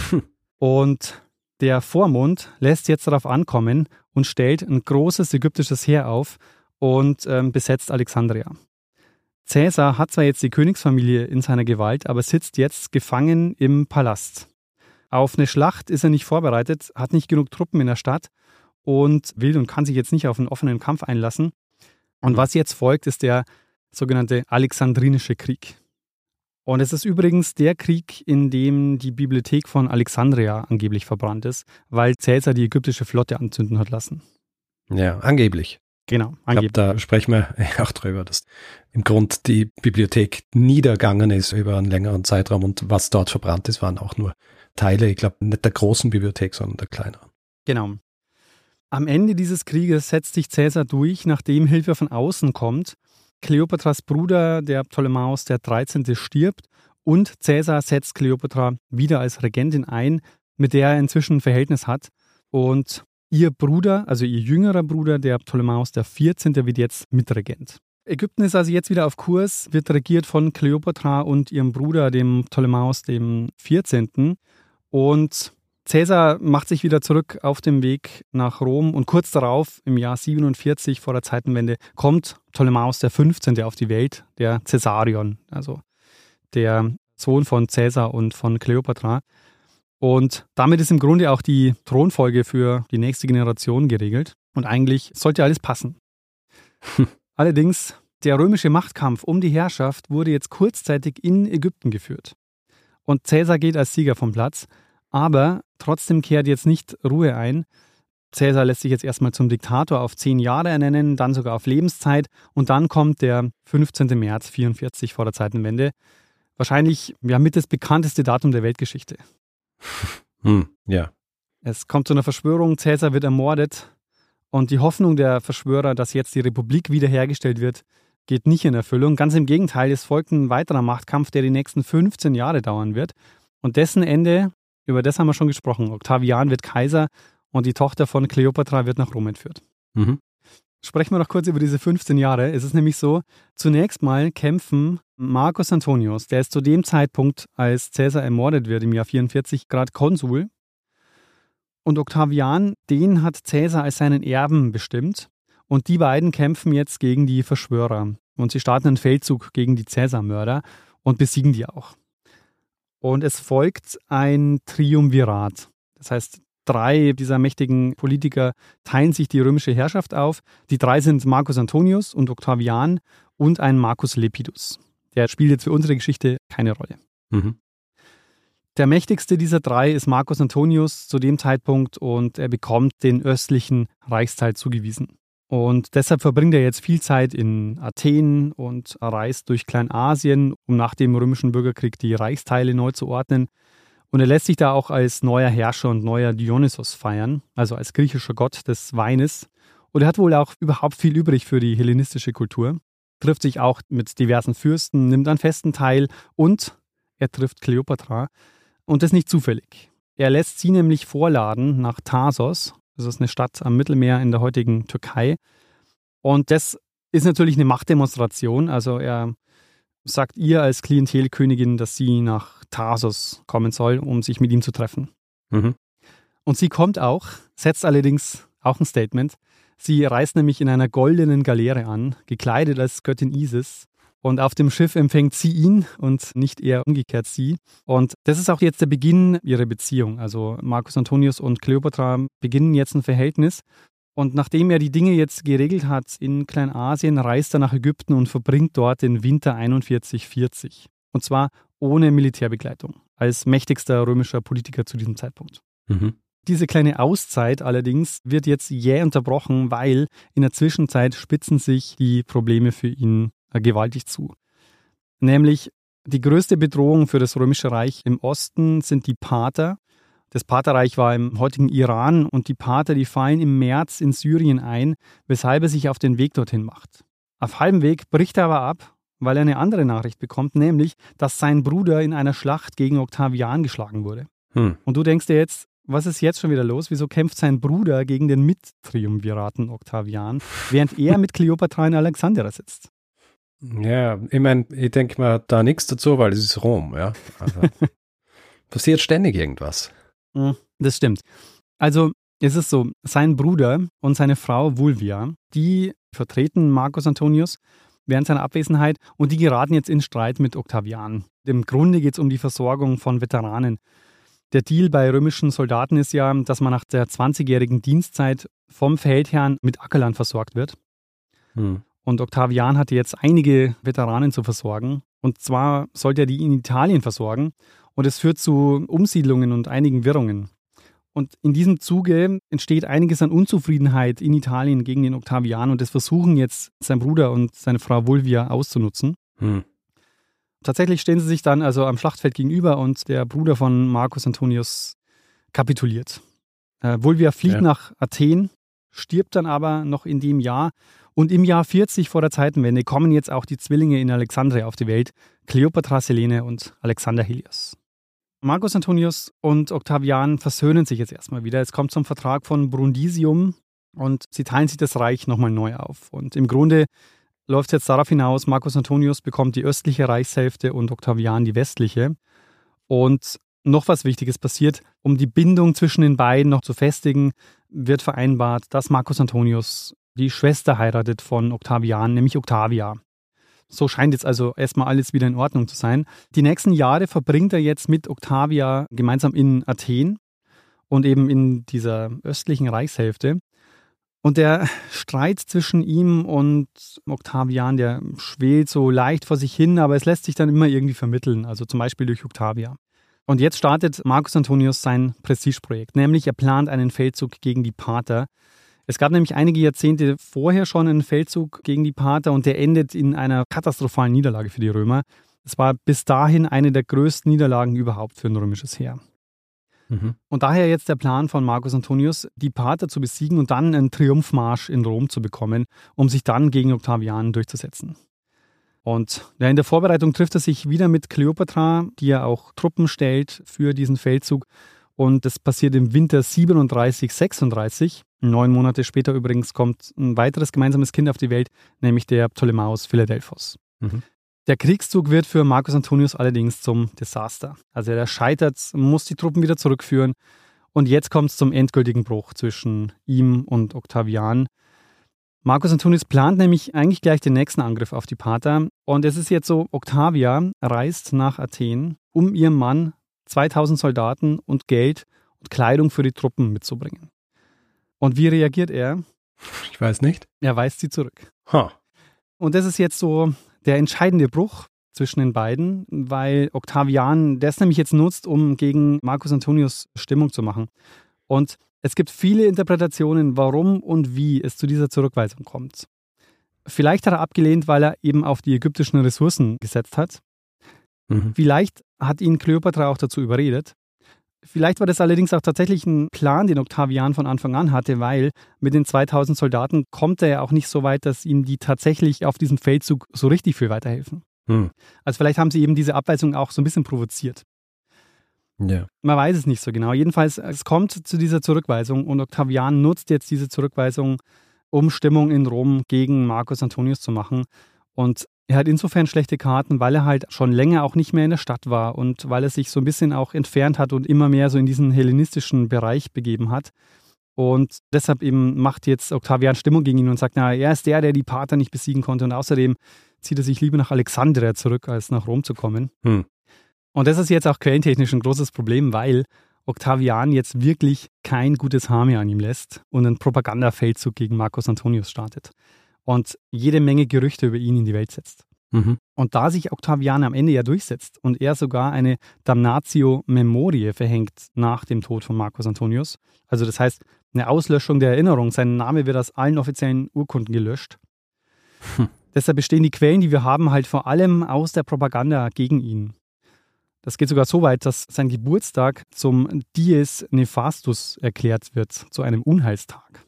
Und der Vormund lässt jetzt darauf ankommen und stellt ein großes ägyptisches Heer auf und besetzt Alexandria. Caesar hat zwar jetzt die Königsfamilie in seiner Gewalt, aber sitzt jetzt gefangen im Palast. Auf eine Schlacht ist er nicht vorbereitet, hat nicht genug Truppen in der Stadt und will und kann sich jetzt nicht auf einen offenen Kampf einlassen. Und was jetzt folgt, ist der sogenannte Alexandrinische Krieg. Und es ist übrigens der Krieg, in dem die Bibliothek von Alexandria angeblich verbrannt ist, weil Caesar die ägyptische Flotte anzünden hat lassen. Ja, angeblich. Genau, angeblich. Ich glaube, da sprechen wir auch drüber, dass im Grund die Bibliothek niedergegangen ist über einen längeren Zeitraum und was dort verbrannt ist, waren auch nur Teile, ich glaube, nicht der großen Bibliothek, sondern der kleineren. Genau. Am Ende dieses Krieges setzt sich Caesar durch, nachdem Hilfe von außen kommt. Kleopatras Bruder, der Ptolemäus XIII., stirbt und Caesar setzt Kleopatra wieder als Regentin ein, mit der er inzwischen ein Verhältnis hat. Und ihr Bruder, also ihr jüngerer Bruder, der Ptolemäus XIV., wird jetzt Mitregent. Ägypten ist also jetzt wieder auf Kurs, wird regiert von Kleopatra und ihrem Bruder, dem Ptolemäus XIV. Und Caesar macht sich wieder zurück auf dem Weg nach Rom und kurz darauf, im Jahr 47 vor der Zeitenwende, kommt Ptolemäus XV. Auf die Welt, der Caesarion, also der Sohn von Caesar und von Kleopatra. Und damit ist im Grunde auch die Thronfolge für die nächste Generation geregelt. Und eigentlich sollte alles passen. Allerdings, der römische Machtkampf um die Herrschaft wurde jetzt kurzzeitig in Ägypten geführt. Und Caesar geht als Sieger vom Platz, aber trotzdem kehrt jetzt nicht Ruhe ein. Caesar lässt sich jetzt erstmal zum Diktator auf 10 Jahre ernennen, dann sogar auf Lebenszeit und dann kommt der 15. März 44 vor der Zeitenwende. Wahrscheinlich mit das bekannteste Datum der Weltgeschichte. Ja. Es kommt zu einer Verschwörung, Caesar wird ermordet und die Hoffnung der Verschwörer, dass jetzt die Republik wiederhergestellt wird, geht nicht in Erfüllung. Ganz im Gegenteil, es folgt ein weiterer Machtkampf, der die nächsten 15 Jahre dauern wird. Und dessen Ende, über das haben wir schon gesprochen. Octavian wird Kaiser und die Tochter von Kleopatra wird nach Rom entführt. Sprechen wir noch kurz über diese 15 Jahre. Es ist nämlich so, zunächst mal kämpfen Marcus Antonius, der ist zu dem Zeitpunkt, als Caesar ermordet wird, im Jahr 44, gerade Konsul. Und Octavian, den hat Caesar als seinen Erben bestimmt. Und die beiden kämpfen jetzt gegen die Verschwörer. Und sie starten einen Feldzug gegen die Caesar-Mörder und besiegen die auch. Und es folgt ein Triumvirat. Das heißt, 3 dieser mächtigen Politiker teilen sich die römische Herrschaft auf. Die 3 sind Marcus Antonius und Octavian und ein Marcus Lepidus. Der spielt jetzt für unsere Geschichte keine Rolle. Der mächtigste dieser 3 ist Marcus Antonius zu dem Zeitpunkt und er bekommt den östlichen Reichsteil zugewiesen. Und deshalb verbringt er jetzt viel Zeit in Athen und reist durch Kleinasien, um nach dem römischen Bürgerkrieg die Reichsteile neu zu ordnen. Und er lässt sich da auch als neuer Herrscher und neuer Dionysos feiern, also als griechischer Gott des Weines. Und er hat wohl auch überhaupt viel übrig für die hellenistische Kultur, trifft sich auch mit diversen Fürsten, nimmt an Festen teil und er trifft Kleopatra. Und das nicht zufällig. Er lässt sie nämlich vorladen nach Tarsos, das ist eine Stadt am Mittelmeer in der heutigen Türkei. Und das ist natürlich eine Machtdemonstration, also er sagt ihr als Klientelkönigin, dass sie nach Tarsos kommen soll, um sich mit ihm zu treffen. Und sie kommt auch, setzt allerdings auch ein Statement. Sie reist nämlich in einer goldenen Galeere an, gekleidet als Göttin Isis. Und auf dem Schiff empfängt sie ihn und nicht eher umgekehrt sie. Und das ist auch jetzt der Beginn ihrer Beziehung. Also Marcus Antonius und Kleopatra beginnen jetzt ein Verhältnis. Und nachdem er die Dinge jetzt geregelt hat in Kleinasien, reist er nach Ägypten und verbringt dort den Winter 41/40. Und zwar ohne Militärbegleitung, als mächtigster römischer Politiker zu diesem Zeitpunkt. Diese kleine Auszeit allerdings wird jetzt jäh unterbrochen, weil in der Zwischenzeit spitzen sich die Probleme für ihn gewaltig zu. Nämlich die größte Bedrohung für das Römische Reich im Osten sind die Parther. Das Partherreich war im heutigen Iran und die Parther, die fallen im März in Syrien ein, weshalb er sich auf den Weg dorthin macht. Auf halbem Weg bricht er aber ab, weil er eine andere Nachricht bekommt, nämlich, dass sein Bruder in einer Schlacht gegen Octavian geschlagen wurde. Und du denkst dir jetzt, was ist jetzt schon wieder los? Wieso kämpft sein Bruder gegen den Mittriumviraten Octavian, während er mit Kleopatra in Alexandria sitzt? Ja, ich meine, ich denke mir da nichts dazu, weil es ist Rom, ja. Also, passiert ständig irgendwas. Das stimmt. Also es ist so, sein Bruder und seine Frau Fulvia, die vertreten Marcus Antonius während seiner Abwesenheit und die geraten jetzt in Streit mit Octavian. Im Grunde geht es um die Versorgung von Veteranen. Der Deal bei römischen Soldaten ist ja, dass man nach der 20-jährigen Dienstzeit vom Feldherrn mit Ackerland versorgt wird. Und Octavian hatte jetzt einige Veteranen zu versorgen. Und zwar sollte er die in Italien versorgen. Und es führt zu Umsiedlungen und einigen Wirrungen. Und in diesem Zuge entsteht einiges an Unzufriedenheit in Italien gegen den Octavian. Und das versuchen jetzt sein Bruder und seine Frau Fulvia auszunutzen. Tatsächlich stehen sie sich dann also am Schlachtfeld gegenüber und der Bruder von Marcus Antonius kapituliert. Fulvia flieht nach Athen, stirbt dann aber noch in dem Jahr. Und im Jahr 40 vor der Zeitenwende kommen jetzt auch die Zwillinge in Alexandria auf die Welt, Kleopatra Selene und Alexander Helios. Marcus Antonius und Octavian versöhnen sich jetzt erstmal wieder. Es kommt zum Vertrag von Brundisium und sie teilen sich das Reich nochmal neu auf. Und im Grunde läuft es jetzt darauf hinaus, Marcus Antonius bekommt die östliche Reichshälfte und Octavian die westliche. Und noch was Wichtiges passiert, um die Bindung zwischen den beiden noch zu festigen, wird vereinbart, dass Marcus Antonius die Schwester heiratet von Octavian, nämlich Octavia. So scheint jetzt also erstmal alles wieder in Ordnung zu sein. Die nächsten Jahre verbringt er jetzt mit Octavia gemeinsam in Athen und eben in dieser östlichen Reichshälfte. Und der Streit zwischen ihm und Octavian, der schwelt so leicht vor sich hin, aber es lässt sich dann immer irgendwie vermitteln, also zum Beispiel durch Octavia. Und jetzt startet Marcus Antonius sein Prestigeprojekt, nämlich er plant einen Feldzug gegen die Parther. Es gab nämlich einige Jahrzehnte vorher schon einen Feldzug gegen die Parther und der endet in einer katastrophalen Niederlage für die Römer. Es war bis dahin eine der größten Niederlagen überhaupt für ein römisches Heer. Und daher jetzt der Plan von Marcus Antonius, die Parther zu besiegen und dann einen Triumphmarsch in Rom zu bekommen, um sich dann gegen Octavian durchzusetzen. Und in der Vorbereitung trifft er sich wieder mit Kleopatra, die ja auch Truppen stellt für diesen Feldzug. Und das passiert im Winter 37, 36. 9 Monate später übrigens kommt ein weiteres gemeinsames Kind auf die Welt, nämlich der Ptolemäus Philadelphos. Der Kriegszug wird für Marcus Antonius allerdings zum Desaster. Also er scheitert, muss die Truppen wieder zurückführen. Und jetzt kommt es zum endgültigen Bruch zwischen ihm und Octavian. Marcus Antonius plant nämlich eigentlich gleich den nächsten Angriff auf die Parther. Und es ist jetzt so, Octavia reist nach Athen, um ihrem Mann 2000 Soldaten und Geld und Kleidung für die Truppen mitzubringen. Und wie reagiert er? Ich weiß nicht. Er weist sie zurück. Huh. Und das ist jetzt so der entscheidende Bruch zwischen den beiden, weil Octavian das nämlich jetzt nutzt, um gegen Marcus Antonius Stimmung zu machen. Und es gibt viele Interpretationen, warum und wie es zu dieser Zurückweisung kommt. Vielleicht hat er abgelehnt, weil er eben auf die ägyptischen Ressourcen gesetzt hat. Vielleicht hat ihn Kleopatra auch dazu überredet. Vielleicht war das allerdings auch tatsächlich ein Plan, den Octavian von Anfang an hatte, weil mit den 2000 Soldaten kommt er ja auch nicht so weit, dass ihm die tatsächlich auf diesem Feldzug so richtig viel weiterhelfen. Also vielleicht haben sie eben diese Abweisung auch so ein bisschen provoziert. Ja. Man weiß es nicht so genau. Jedenfalls, es kommt zu dieser Zurückweisung und Octavian nutzt jetzt diese Zurückweisung, um Stimmung in Rom gegen Marcus Antonius zu machen. Und er hat insofern schlechte Karten, weil er halt schon länger auch nicht mehr in der Stadt war und weil er sich so ein bisschen auch entfernt hat und immer mehr so in diesen hellenistischen Bereich begeben hat. Und deshalb eben macht jetzt Octavian Stimmung gegen ihn und sagt, na, er ist der die Parther nicht besiegen konnte und außerdem zieht er sich lieber nach Alexandria zurück, als nach Rom zu kommen. Und das ist jetzt auch quellentechnisch ein großes Problem, weil Octavian jetzt wirklich kein gutes Haar mehr an ihm lässt und einen Propagandafeldzug gegen Marcus Antonius startet und jede Menge Gerüchte über ihn in die Welt setzt. Und da sich Octavian am Ende ja durchsetzt und er sogar eine Damnatio Memoriae verhängt nach dem Tod von Marcus Antonius, also das heißt eine Auslöschung der Erinnerung, sein Name wird aus allen offiziellen Urkunden gelöscht. Deshalb bestehen die Quellen, die wir haben, halt vor allem aus der Propaganda gegen ihn. Das geht sogar so weit, dass sein Geburtstag zum Dies Nefastus erklärt wird, zu einem Unheilstag.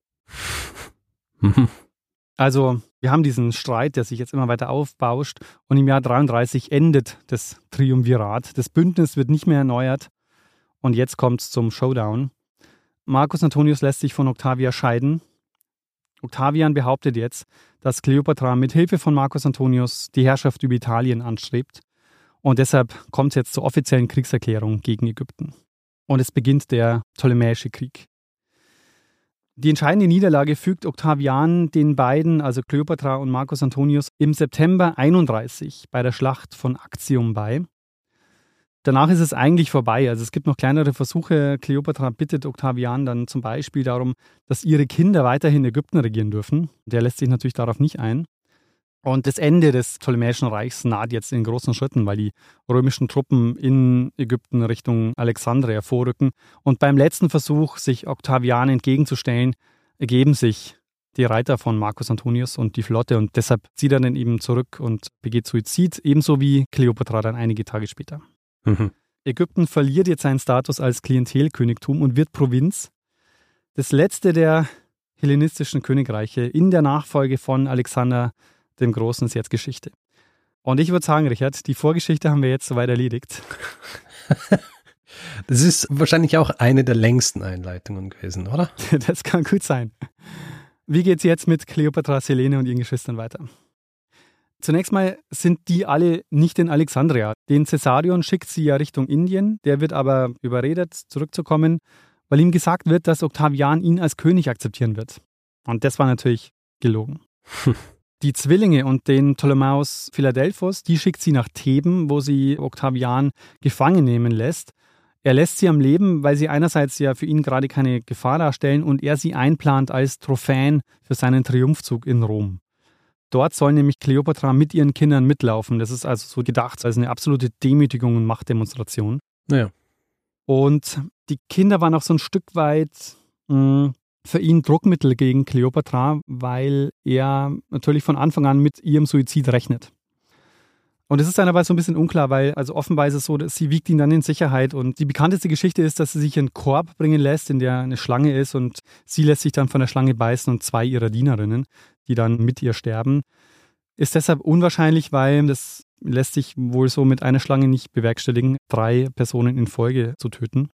Also wir haben diesen Streit, der sich jetzt immer weiter aufbauscht und im Jahr 33 endet das Triumvirat. Das Bündnis wird nicht mehr erneuert und jetzt kommt es zum Showdown. Marcus Antonius lässt sich von Octavia scheiden. Octavian behauptet jetzt, dass Kleopatra mit Hilfe von Marcus Antonius die Herrschaft über Italien anstrebt. Und deshalb kommt es jetzt zur offiziellen Kriegserklärung gegen Ägypten. Und es beginnt der Ptolemäische Krieg. Die entscheidende Niederlage fügt Octavian den beiden, also Kleopatra und Marcus Antonius, im September 31 bei der Schlacht von Actium bei. Danach ist es eigentlich vorbei. Also es gibt noch kleinere Versuche. Kleopatra bittet Octavian dann zum Beispiel darum, dass ihre Kinder weiterhin Ägypten regieren dürfen. Der lässt sich natürlich darauf nicht ein. Und das Ende des Ptolemäischen Reichs naht jetzt in großen Schritten, weil die römischen Truppen in Ägypten Richtung Alexandria vorrücken. Und beim letzten Versuch, sich Octavian entgegenzustellen, ergeben sich die Reiter von Marcus Antonius und die Flotte. Und deshalb zieht er dann eben zurück und begeht Suizid, ebenso wie Kleopatra dann einige Tage später. Ägypten verliert jetzt seinen Status als Klientelkönigtum und wird Provinz. Das letzte der hellenistischen Königreiche in der Nachfolge von Alexander dem Großen ist jetzt Geschichte. Und ich würde sagen, Richard, die Vorgeschichte haben wir jetzt soweit erledigt. Das ist wahrscheinlich auch eine der längsten Einleitungen gewesen, oder? Das kann gut sein. Wie geht's jetzt mit Kleopatra, Selene und ihren Geschwistern weiter? Zunächst mal sind die alle nicht in Alexandria. Den Caesarion schickt sie ja Richtung Indien. Der wird aber überredet, zurückzukommen, weil ihm gesagt wird, dass Octavian ihn als König akzeptieren wird. Und das war natürlich gelogen. Die Zwillinge und den Ptolemäus Philadelphos, die schickt sie nach Theben, wo sie Octavian gefangen nehmen lässt. Er lässt sie am Leben, weil sie einerseits ja für ihn gerade keine Gefahr darstellen und er sie einplant als Trophäen für seinen Triumphzug in Rom. Dort soll nämlich Kleopatra mit ihren Kindern mitlaufen. Das ist also so gedacht als eine absolute Demütigung und Machtdemonstration. Ja. Und die Kinder waren auch so ein Stück weit für ihn Druckmittel gegen Kleopatra, weil er natürlich von Anfang an mit ihrem Suizid rechnet. Und es ist dann aber so ein bisschen unklar, weil also offenbar ist es so, dass sie wiegt ihn dann in Sicherheit. Und die bekannteste Geschichte ist, dass sie sich in einen Korb bringen lässt, in der eine Schlange ist und sie lässt sich dann von der Schlange beißen und 2 ihrer Dienerinnen, die dann mit ihr sterben. Ist deshalb unwahrscheinlich, weil das lässt sich wohl so mit einer Schlange nicht bewerkstelligen, 3 Personen in Folge zu töten.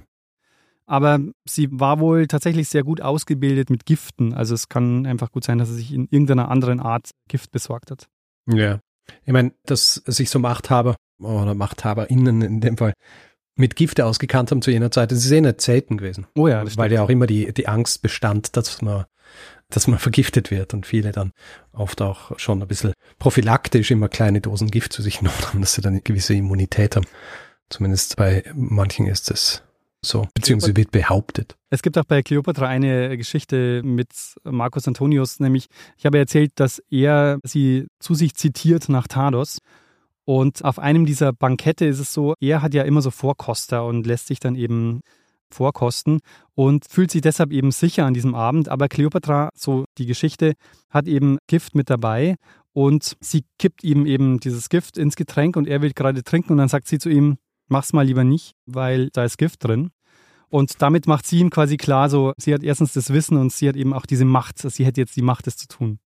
Aber sie war wohl tatsächlich sehr gut ausgebildet mit Giften. Also es kann einfach gut sein, dass sie sich in irgendeiner anderen Art Gift besorgt hat. Ja. Ich meine, dass sich so Machthaber oder MachthaberInnen in dem Fall mit Gifte ausgekannt haben zu jener Zeit, das ist nicht selten gewesen. Oh ja, das weil stimmt. ja auch immer die Angst bestand, dass man vergiftet wird und viele dann oft auch schon ein bisschen prophylaktisch immer kleine Dosen Gift zu sich genommen haben, dass sie dann eine gewisse Immunität haben. Zumindest bei manchen ist es so, beziehungsweise wird behauptet. Es gibt auch bei Kleopatra eine Geschichte mit Marcus Antonius, nämlich, ich habe erzählt, dass er sie zu sich zitiert nach Thados. Und auf einem dieser Bankette ist es so, er hat ja immer so Vorkoster und lässt sich dann eben vorkosten und fühlt sich deshalb eben sicher an diesem Abend. Aber Kleopatra, so die Geschichte, hat eben Gift mit dabei und sie kippt ihm eben dieses Gift ins Getränk und er will gerade trinken und dann sagt sie zu ihm, mach's mal lieber nicht, weil da ist Gift drin. Und damit macht sie ihm quasi klar, so, sie hat erstens das Wissen und sie hat eben auch diese Macht, sie hätte jetzt die Macht, das zu tun.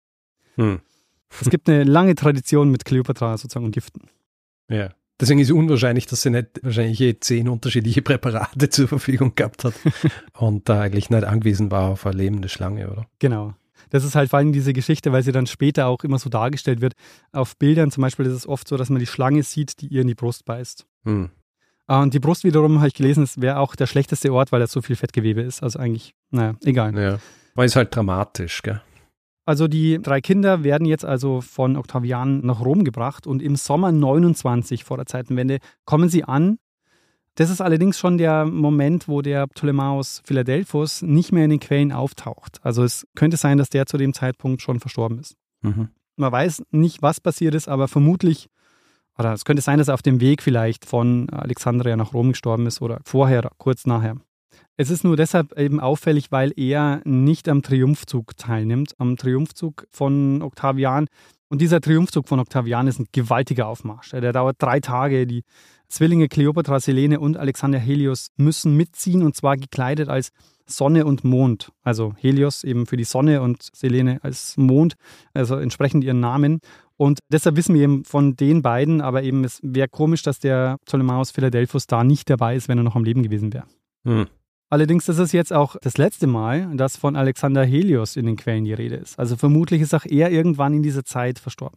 Es gibt eine lange Tradition mit Kleopatra sozusagen und Giften. Ja. Deswegen ist es unwahrscheinlich, dass sie nicht wahrscheinlich 10 unterschiedliche Präparate zur Verfügung gehabt hat und da eigentlich nicht angewiesen war auf eine lebende Schlange, oder? Genau. Das ist halt vor allem diese Geschichte, weil sie dann später auch immer so dargestellt wird. Auf Bildern zum Beispiel ist es oft so, dass man die Schlange sieht, die ihr in die Brust beißt. Und die Brust wiederum, habe ich gelesen, wäre auch der schlechteste Ort, weil da so viel Fettgewebe ist. Also eigentlich, naja, egal. Ja, weil es halt dramatisch, gell? Also die 3 Kinder werden jetzt also von Octavian nach Rom gebracht und im Sommer 29 vor der Zeitenwende kommen sie an. Das ist allerdings schon der Moment, wo der Ptolemäus Philadelphos nicht mehr in den Quellen auftaucht. Also es könnte sein, dass der zu dem Zeitpunkt schon verstorben ist. Man weiß nicht, was passiert ist, aber vermutlich, oder es könnte sein, dass er auf dem Weg vielleicht von Alexandria nach Rom gestorben ist oder vorher, kurz nachher. Es ist nur deshalb eben auffällig, weil er nicht am Triumphzug teilnimmt, am Triumphzug von Octavian. Und dieser Triumphzug von Octavian ist ein gewaltiger Aufmarsch. Der dauert 3 Tage. Die Zwillinge Kleopatra, Selene und Alexander Helios müssen mitziehen und zwar gekleidet als Sonne und Mond. Also Helios eben für die Sonne und Selene als Mond, also entsprechend ihren Namen. Und deshalb wissen wir eben von den beiden, aber eben es wäre komisch, dass der Ptolemäus Philadelphos da nicht dabei ist, wenn er noch am Leben gewesen wäre. Allerdings ist es jetzt auch das letzte Mal, dass von Alexander Helios in den Quellen die Rede ist. Also vermutlich ist auch er irgendwann in dieser Zeit verstorben.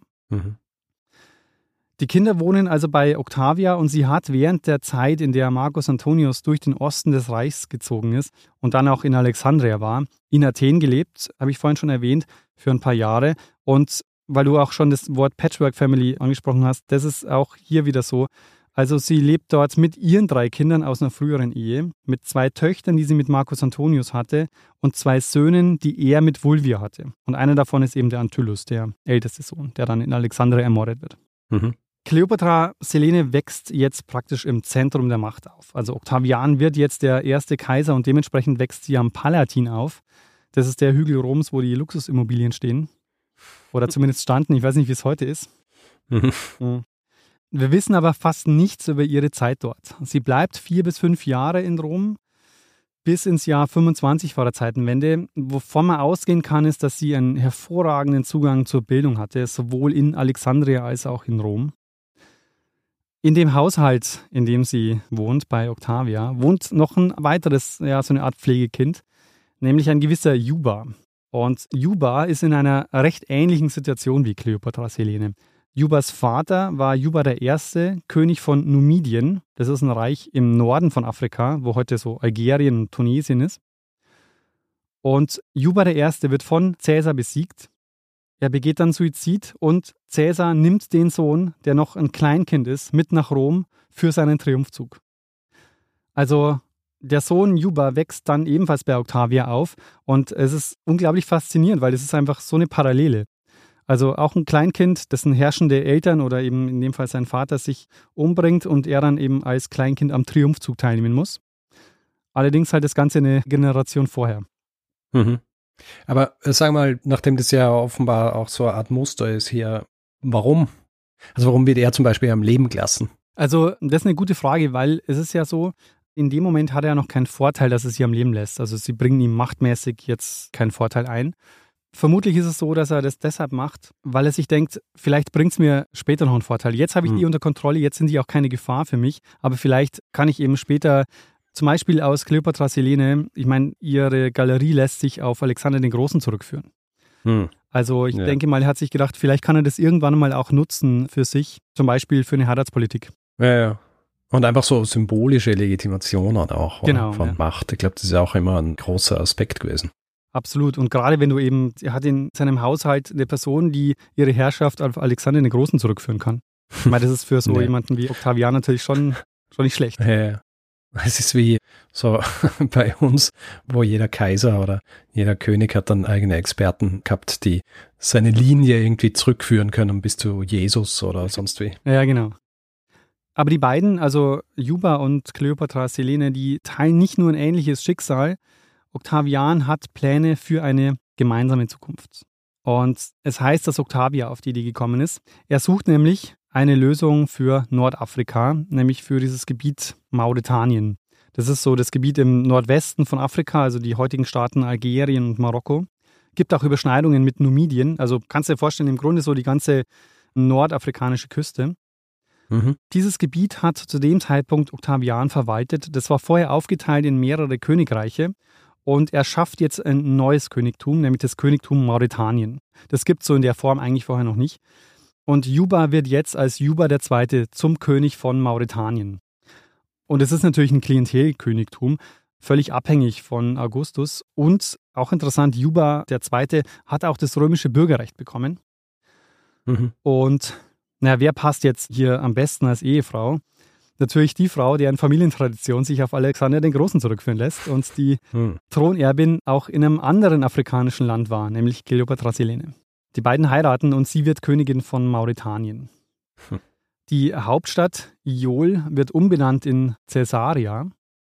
Die Kinder wohnen also bei Octavia und sie hat während der Zeit, in der Marcus Antonius durch den Osten des Reichs gezogen ist und dann auch in Alexandria war, in Athen gelebt, habe ich vorhin schon erwähnt, für ein paar Jahre. Und weil du auch schon das Wort Patchwork Family angesprochen hast, das ist auch hier wieder so. Also sie lebt dort mit ihren 3 Kindern aus einer früheren Ehe, mit 2 Töchtern, die sie mit Marcus Antonius hatte und 2 Söhnen, die er mit Vulvia hatte. Und einer davon ist eben der Antyllus, der älteste Sohn, der dann in Alexandria ermordet wird. Kleopatra Selene wächst jetzt praktisch im Zentrum der Macht auf. Also Octavian wird jetzt der erste Kaiser und dementsprechend wächst sie am Palatin auf. Das ist der Hügel Roms, wo die Luxusimmobilien stehen. Oder zumindest standen, ich weiß nicht, wie es heute ist. Wir wissen aber fast nichts über ihre Zeit dort. Sie bleibt 4 bis 5 Jahre in Rom, bis ins Jahr 25 vor der Zeitenwende. Wovon man ausgehen kann, ist, dass sie einen hervorragenden Zugang zur Bildung hatte, sowohl in Alexandria als auch in Rom. In dem Haushalt, in dem sie wohnt, bei Octavia, wohnt noch ein weiteres, so eine Art Pflegekind, nämlich ein gewisser Juba. Und Juba ist in einer recht ähnlichen Situation wie Kleopatra Selene. Jubas Vater war Juba I., König von Numidien. Das ist ein Reich im Norden von Afrika, wo heute so Algerien und Tunesien ist. Und Juba I. wird von Caesar besiegt. Er begeht dann Suizid und Caesar nimmt den Sohn, der noch ein Kleinkind ist, mit nach Rom für seinen Triumphzug. Also der Sohn Juba wächst dann ebenfalls bei Octavia auf und es ist unglaublich faszinierend, weil es ist einfach so eine Parallele. Also auch ein Kleinkind, dessen herrschende Eltern oder eben in dem Fall sein Vater sich umbringt und er dann eben als Kleinkind am Triumphzug teilnehmen muss. Allerdings halt das Ganze eine Generation vorher. Aber sag mal, nachdem das ja offenbar auch so eine Art Muster ist hier, warum Also warum wird er zum Beispiel am Leben gelassen? Also das ist eine gute Frage, weil es ist ja so, in dem Moment hat er ja noch keinen Vorteil, dass er sie am Leben lässt. Also sie bringen ihm machtmäßig jetzt keinen Vorteil ein. Vermutlich ist es so, dass er das deshalb macht, weil er sich denkt, vielleicht bringt es mir später noch einen Vorteil. Jetzt habe ich die unter Kontrolle, jetzt sind die auch keine Gefahr für mich, aber vielleicht kann ich eben später, zum Beispiel aus Kleopatras Helene, ich meine, ihre Galerie lässt sich auf Alexander den Großen zurückführen. Also ich denke mal, er hat sich gedacht, vielleicht kann er das irgendwann mal auch nutzen für sich, zum Beispiel für eine Heiratspolitik. Ja. Und einfach so symbolische Legitimation auch von Macht. Ich glaube, das ist auch immer ein großer Aspekt gewesen. Absolut. Und gerade wenn du eben, er hat in seinem Haushalt eine Person, die ihre Herrschaft auf Alexander den Großen zurückführen kann. Ich meine, das ist für so jemanden wie Octavian natürlich schon nicht schlecht. Ja. Es ist wie so bei uns, wo jeder Kaiser oder jeder König hat dann eigene Experten gehabt, die seine Linie irgendwie zurückführen können bis zu Jesus oder sonst wie. Ja, genau. Aber die beiden, also Juba und Kleopatras Helene, die teilen nicht nur ein ähnliches Schicksal. Octavian hat Pläne für eine gemeinsame Zukunft. Und es heißt, dass Octavia auf die Idee gekommen ist. Er sucht nämlich eine Lösung für Nordafrika, nämlich für dieses Gebiet Mauretanien. Das ist so das Gebiet im Nordwesten von Afrika, also die heutigen Staaten Algerien und Marokko. Gibt auch Überschneidungen mit Numidien. Also kannst du dir vorstellen, im Grunde so die ganze nordafrikanische Küste. Dieses Gebiet hat zu dem Zeitpunkt Octavian verwaltet. Das war vorher aufgeteilt in mehrere Königreiche. Und er schafft jetzt ein neues Königtum, nämlich das Königtum Mauretanien. Das gibt es so in der Form eigentlich vorher noch nicht. Und Juba wird jetzt als Juba II. Zum König von Mauretanien. Und es ist natürlich ein Klientelkönigtum, völlig abhängig von Augustus. Und auch interessant, Juba II. Hat auch das römische Bürgerrecht bekommen. Und wer passt jetzt hier am besten als Ehefrau? Natürlich die Frau, deren Familientradition sich auf Alexander den Großen zurückführen lässt und die Thronerbin auch in einem anderen afrikanischen Land war, nämlich Kleopatras Helene. Die beiden heiraten und sie wird Königin von Mauretanien. Die Hauptstadt Iol wird umbenannt in Caesarea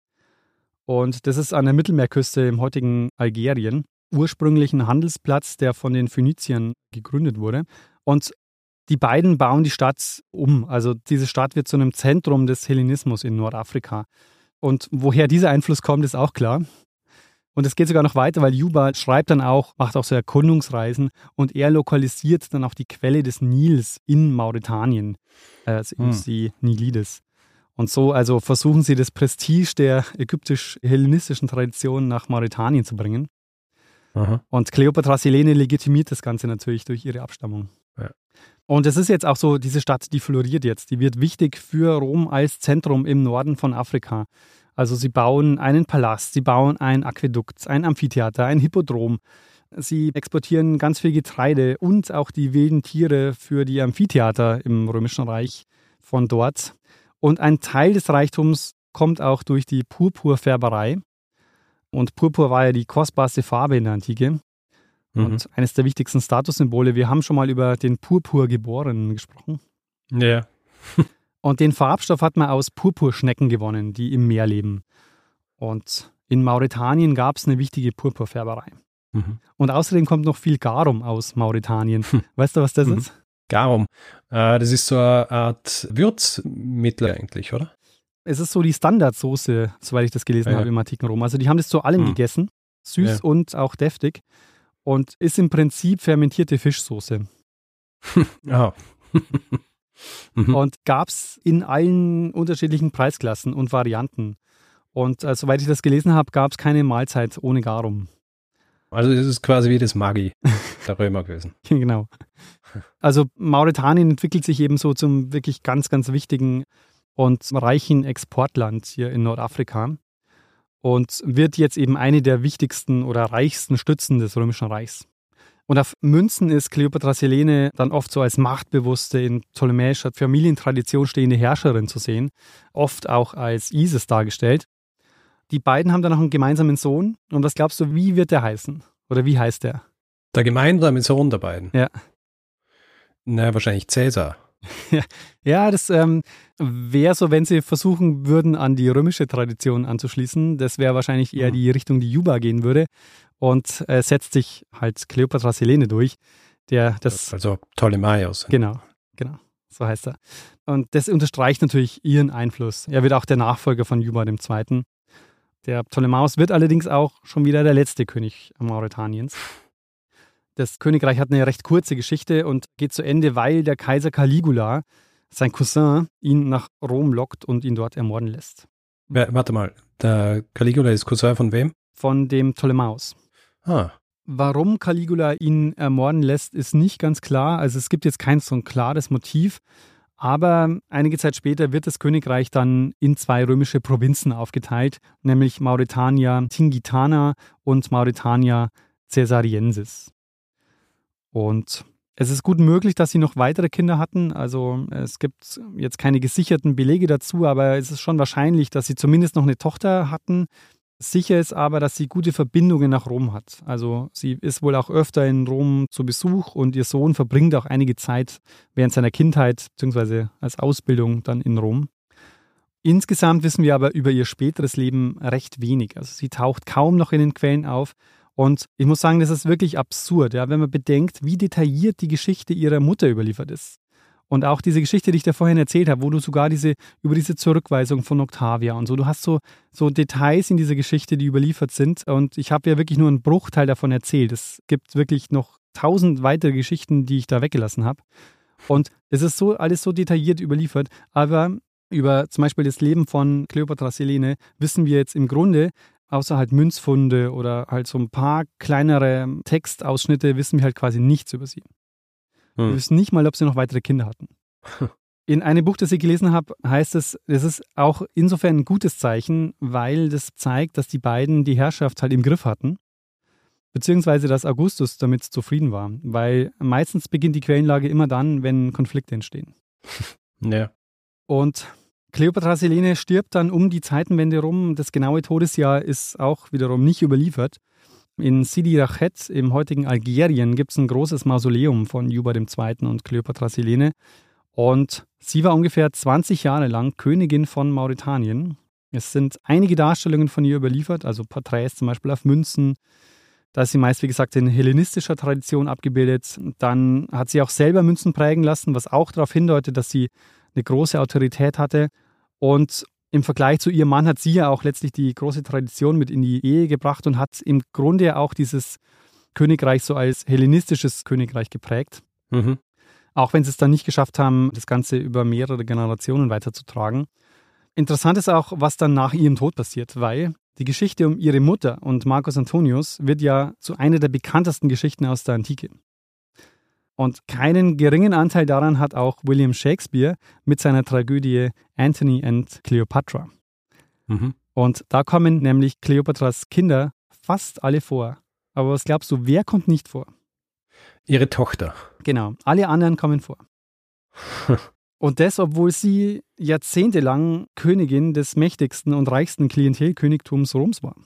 und das ist an der Mittelmeerküste im heutigen Algerien. Ursprünglich ein Handelsplatz, der von den Phöniziern gegründet wurde. Und die beiden bauen die Stadt um. Also diese Stadt wird zu einem Zentrum des Hellenismus in Nordafrika. Und woher dieser Einfluss kommt, ist auch klar. Und es geht sogar noch weiter, weil Juba schreibt dann auch, macht auch so Erkundungsreisen und er lokalisiert dann auch die Quelle des Nils in Mauretanien, also die Nilides. Und so also versuchen sie das Prestige der ägyptisch-hellenistischen Tradition nach Mauretanien zu bringen. Und Kleopatras Helene legitimiert das Ganze natürlich durch ihre Abstammung. Ja. Und es ist jetzt auch so, diese Stadt, die floriert jetzt, die wird wichtig für Rom als Zentrum im Norden von Afrika. Also sie bauen einen Palast, sie bauen ein Aquädukt, ein Amphitheater, ein Hippodrom. Sie exportieren ganz viel Getreide und auch die wilden Tiere für die Amphitheater im Römischen Reich von dort. Und ein Teil des Reichtums kommt auch durch die Purpurfärberei. Und Purpur war ja die kostbarste Farbe in der Antike. Und eines der wichtigsten Statussymbole. Wir haben schon mal über den Purpurgeborenen gesprochen. Ja. Und den Farbstoff hat man aus Purpurschnecken gewonnen, die im Meer leben. Und in Mauretanien gab es eine wichtige Purpurfärberei. Und außerdem kommt noch viel Garum aus Mauretanien. Weißt du, was das ist? Garum. Das ist so eine Art Würzmittel eigentlich, oder? Es ist so die Standardsoße, soweit ich das gelesen habe im antiken Rom. Also die haben das zu allem gegessen. Süß und auch deftig. Und ist im Prinzip fermentierte Fischsoße. Und gab es in allen unterschiedlichen Preisklassen und Varianten. Und soweit ich das gelesen habe, gab es keine Mahlzeit ohne Garum. Also das ist quasi wie das Maggi der Römer gewesen. Genau. Also Mauretanien entwickelt sich eben so zum wirklich ganz, ganz wichtigen und reichen Exportland hier in Nordafrika. Und wird jetzt eben eine der wichtigsten oder reichsten Stützen des Römischen Reichs. Und auf Münzen ist Kleopatras Helene dann oft so als machtbewusste, in ptolemäischer Familientradition stehende Herrscherin zu sehen, oft auch als Isis dargestellt. Die beiden haben dann noch einen gemeinsamen Sohn. Und was glaubst du, wie wird der heißen? Oder wie heißt der? Der gemeinsame Sohn der beiden? Ja. Na, wahrscheinlich Cäsar. Ja, das wäre so, wenn sie versuchen würden, an die römische Tradition anzuschließen. Das wäre wahrscheinlich eher die Richtung, die Juba gehen würde. Und setzt sich halt Kleopatras Helene durch. Also Ptolemaios. Genau. so heißt er. Und das unterstreicht natürlich ihren Einfluss. Er wird auch der Nachfolger von Juba II. Der Ptolemäus wird allerdings auch schon wieder der letzte König Mauretaniens. Das Königreich hat eine recht kurze Geschichte und geht zu Ende, weil der Kaiser Caligula, sein Cousin, ihn nach Rom lockt und ihn dort ermorden lässt. Warte mal, der Caligula ist Cousin von wem? Von dem Ptolemäus. Ah. Warum Caligula ihn ermorden lässt, ist nicht ganz klar. Also es gibt jetzt kein so ein klares Motiv. Aber einige Zeit später wird das Königreich dann in 2 römische Provinzen aufgeteilt, nämlich Mauretania Tingitana und Mauretania Caesariensis. Und es ist gut möglich, dass sie noch weitere Kinder hatten. Also es gibt jetzt keine gesicherten Belege dazu, aber es ist schon wahrscheinlich, dass sie zumindest noch eine Tochter hatten. Sicher ist aber, dass sie gute Verbindungen nach Rom hat. Also sie ist wohl auch öfter in Rom zu Besuch und ihr Sohn verbringt auch einige Zeit während seiner Kindheit bzw. als Ausbildung dann in Rom. Insgesamt wissen wir aber über ihr späteres Leben recht wenig. Also sie taucht kaum noch in den Quellen auf. Und ich muss sagen, das ist wirklich absurd, ja, wenn man bedenkt, wie detailliert die Geschichte ihrer Mutter überliefert ist. Und auch diese Geschichte, die ich da vorhin erzählt habe, wo du sogar über diese Zurückweisung von Octavia und so, du hast so Details in dieser Geschichte, die überliefert sind. Und ich habe ja wirklich nur einen Bruchteil davon erzählt. Es gibt wirklich noch 1000 weitere Geschichten, die ich da weggelassen habe. Und es ist alles so detailliert überliefert. Aber über zum Beispiel das Leben von Kleopatra Selene wissen wir jetzt im Grunde, außer halt Münzfunde oder halt so ein paar kleinere Textausschnitte, wissen wir halt quasi nichts über sie. Wir wissen nicht mal, ob sie noch weitere Kinder hatten. In einem Buch, das ich gelesen habe, heißt es, das ist auch insofern ein gutes Zeichen, weil das zeigt, dass die beiden die Herrschaft halt im Griff hatten, beziehungsweise dass Augustus damit zufrieden war, weil meistens beginnt die Quellenlage immer dann, wenn Konflikte entstehen. Ja. Und Kleopatra Selene stirbt dann um die Zeitenwende rum. Das genaue Todesjahr ist auch wiederum nicht überliefert. In Sidi Rachet im heutigen Algerien gibt es ein großes Mausoleum von Juba II. Und Kleopatra Selene. Und sie war ungefähr 20 Jahre lang Königin von Mauretanien. Es sind einige Darstellungen von ihr überliefert, also Porträts zum Beispiel auf Münzen. Da ist sie meist, wie gesagt, in hellenistischer Tradition abgebildet. Dann hat sie auch selber Münzen prägen lassen, was auch darauf hindeutet, dass sie eine große Autorität hatte. Und im Vergleich zu ihrem Mann hat sie ja auch letztlich die große Tradition mit in die Ehe gebracht und hat im Grunde auch dieses Königreich so als hellenistisches Königreich geprägt. Mhm. Auch wenn sie es dann nicht geschafft haben, das Ganze über mehrere Generationen weiterzutragen. Interessant ist auch, was dann nach ihrem Tod passiert, weil die Geschichte um ihre Mutter und Marcus Antonius wird ja zu einer der bekanntesten Geschichten aus der Antike. Und keinen geringen Anteil daran hat auch William Shakespeare mit seiner Tragödie Antony and Cleopatra. Mhm. Und da kommen nämlich Kleopatras Kinder fast alle vor. Aber was glaubst du, wer kommt nicht vor? Ihre Tochter. Genau, alle anderen kommen vor. Und das, obwohl sie jahrzehntelang Königin des mächtigsten und reichsten Klientelkönigtums Roms war.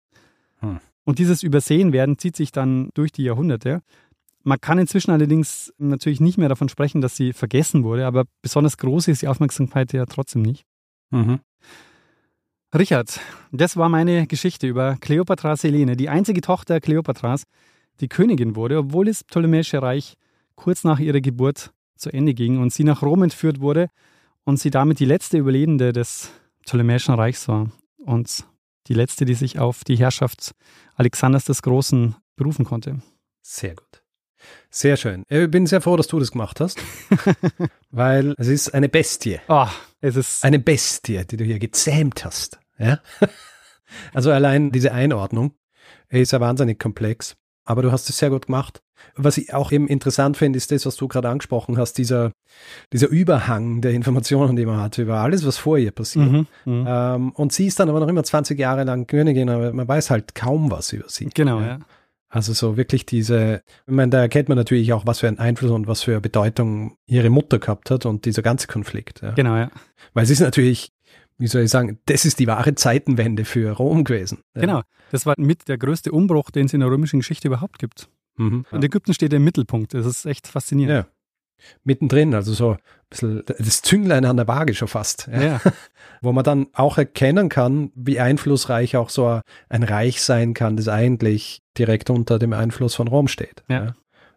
Und dieses Übersehenwerden zieht sich dann durch die Jahrhunderte. Man kann inzwischen allerdings natürlich nicht mehr davon sprechen, dass sie vergessen wurde, aber besonders groß ist die Aufmerksamkeit ja trotzdem nicht. Mhm. Richard, das war meine Geschichte über Kleopatra Selene, die einzige Tochter Kleopatras, die Königin wurde, obwohl das Ptolemäische Reich kurz nach ihrer Geburt zu Ende ging und sie nach Rom entführt wurde und sie damit die letzte Überlebende des Ptolemäischen Reichs war und die letzte, die sich auf die Herrschaft Alexanders des Großen berufen konnte. Sehr gut. Sehr schön. Ich bin sehr froh, dass du das gemacht hast, weil es ist eine Bestie. Oh, es ist eine Bestie, die du hier gezähmt hast. Ja? Also allein diese Einordnung ist ja wahnsinnig komplex, aber du hast es sehr gut gemacht. Was ich auch eben interessant finde, ist das, was du gerade angesprochen hast, dieser Überhang der Informationen, die man hat über alles, was vor ihr passiert. Und sie ist dann aber noch immer 20 Jahre lang Königin, aber man weiß halt kaum was über sie. Genau, ja. Also so wirklich ich meine, da erkennt man natürlich auch, was für einen Einfluss und was für eine Bedeutung ihre Mutter gehabt hat und dieser ganze Konflikt. Ja. Genau, ja. Weil es ist natürlich, wie soll ich sagen, das ist die wahre Zeitenwende für Rom gewesen. Ja. Genau, das war mit der größte Umbruch, den es in der römischen Geschichte überhaupt gibt. Und Ägypten steht im Mittelpunkt, das ist echt faszinierend. Ja. Mittendrin, also so ein bisschen das Zünglein an der Waage schon fast. Ja. Wo man dann auch erkennen kann, wie einflussreich auch so ein Reich sein kann, das eigentlich direkt unter dem Einfluss von Rom steht. Ja.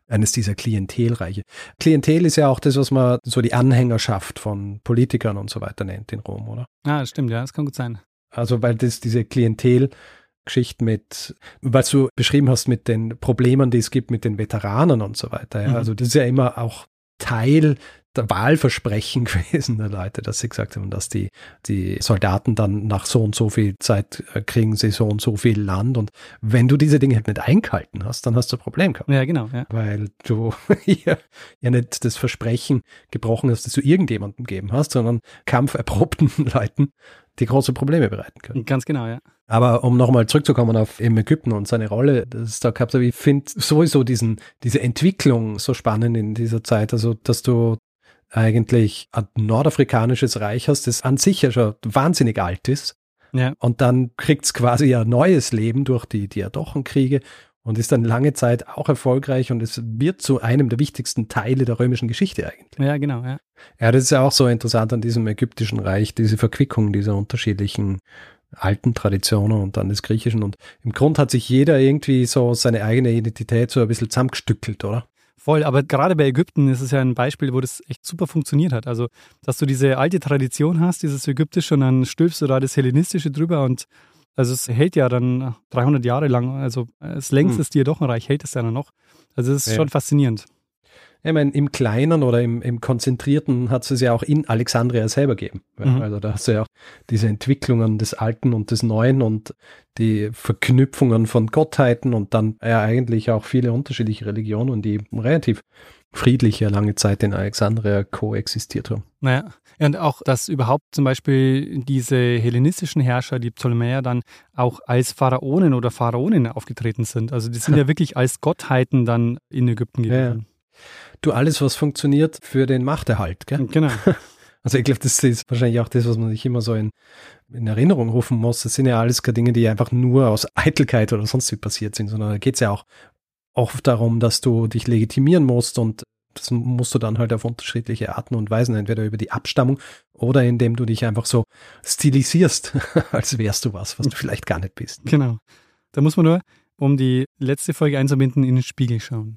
eines dieser Klientelreiche. Klientel ist ja auch das, was man so die Anhängerschaft von Politikern und so weiter nennt in Rom, oder? Ah, das stimmt, ja, das kann gut sein. Also weil das diese Klientelgeschichte mit, was du beschrieben hast mit den Problemen, die es gibt mit den Veteranen und so weiter. Ja? Also das ist ja immer auch Teil der Wahlversprechen gewesen der Leute, dass sie gesagt haben, dass die Soldaten dann nach so und so viel Zeit kriegen sie so und so viel Land, und wenn du diese Dinge halt nicht eingehalten hast, dann hast du ein Problem gehabt. Ja, genau. Ja. Weil du ja nicht das Versprechen gebrochen hast, das du irgendjemandem gegeben hast, sondern kampferprobten Leuten, die große Probleme bereiten können. Ganz genau, ja. Aber um nochmal zurückzukommen auf eben Ägypten und seine Rolle, das es da gehabt hat, ich finde sowieso diese Entwicklung so spannend in dieser Zeit, also dass du eigentlich ein nordafrikanisches Reich hast, das an sich ja schon wahnsinnig alt ist. Ja. Und dann kriegt es quasi ein neues Leben durch die Diadochenkriege und ist dann lange Zeit auch erfolgreich, und es wird zu einem der wichtigsten Teile der römischen Geschichte eigentlich. Ja, genau, ja. Ja, das ist ja auch so interessant an diesem ägyptischen Reich, diese Verquickung dieser unterschiedlichen alten Traditionen und dann des Griechischen. Und im Grund hat sich jeder irgendwie so seine eigene Identität so ein bisschen zusammengestückelt, oder? Voll, aber gerade bei Ägypten ist es ja ein Beispiel, wo das echt super funktioniert hat. Also, dass du diese alte Tradition hast, dieses Ägyptische, und dann stülpst du da das Hellenistische drüber, und also es hält ja dann 300 Jahre lang, also das längstes Diadochenreich hält es ja dann noch. Also es ist schon faszinierend. Ich meine, im Kleinen oder im Konzentrierten hat es ja auch in Alexandria selber gegeben. Also da hast du ja auch diese Entwicklungen des Alten und des Neuen und die Verknüpfungen von Gottheiten und dann ja eigentlich auch viele unterschiedliche Religionen, die relativ friedlich ja lange Zeit in Alexandria koexistiert haben. Naja, und auch, dass überhaupt zum Beispiel diese hellenistischen Herrscher, die Ptolemäer, dann auch als Pharaonen oder Pharaoninnen aufgetreten sind. Also die sind ja wirklich als Gottheiten dann in Ägypten gewesen. Ja. Du, alles, was funktioniert für den Machterhalt, gell? Genau. Also ich glaube, das ist wahrscheinlich auch das, was man sich immer so in Erinnerung rufen muss. Das sind ja alles keine Dinge, die einfach nur aus Eitelkeit oder sonst wie passiert sind, sondern da geht es ja auch oft darum, dass du dich legitimieren musst, und das musst du dann halt auf unterschiedliche Arten und Weisen, entweder über die Abstammung oder indem du dich einfach so stilisierst, als wärst du was du vielleicht gar nicht bist. Genau. Da muss man nur, um die letzte Folge einzubinden, in den Spiegel schauen.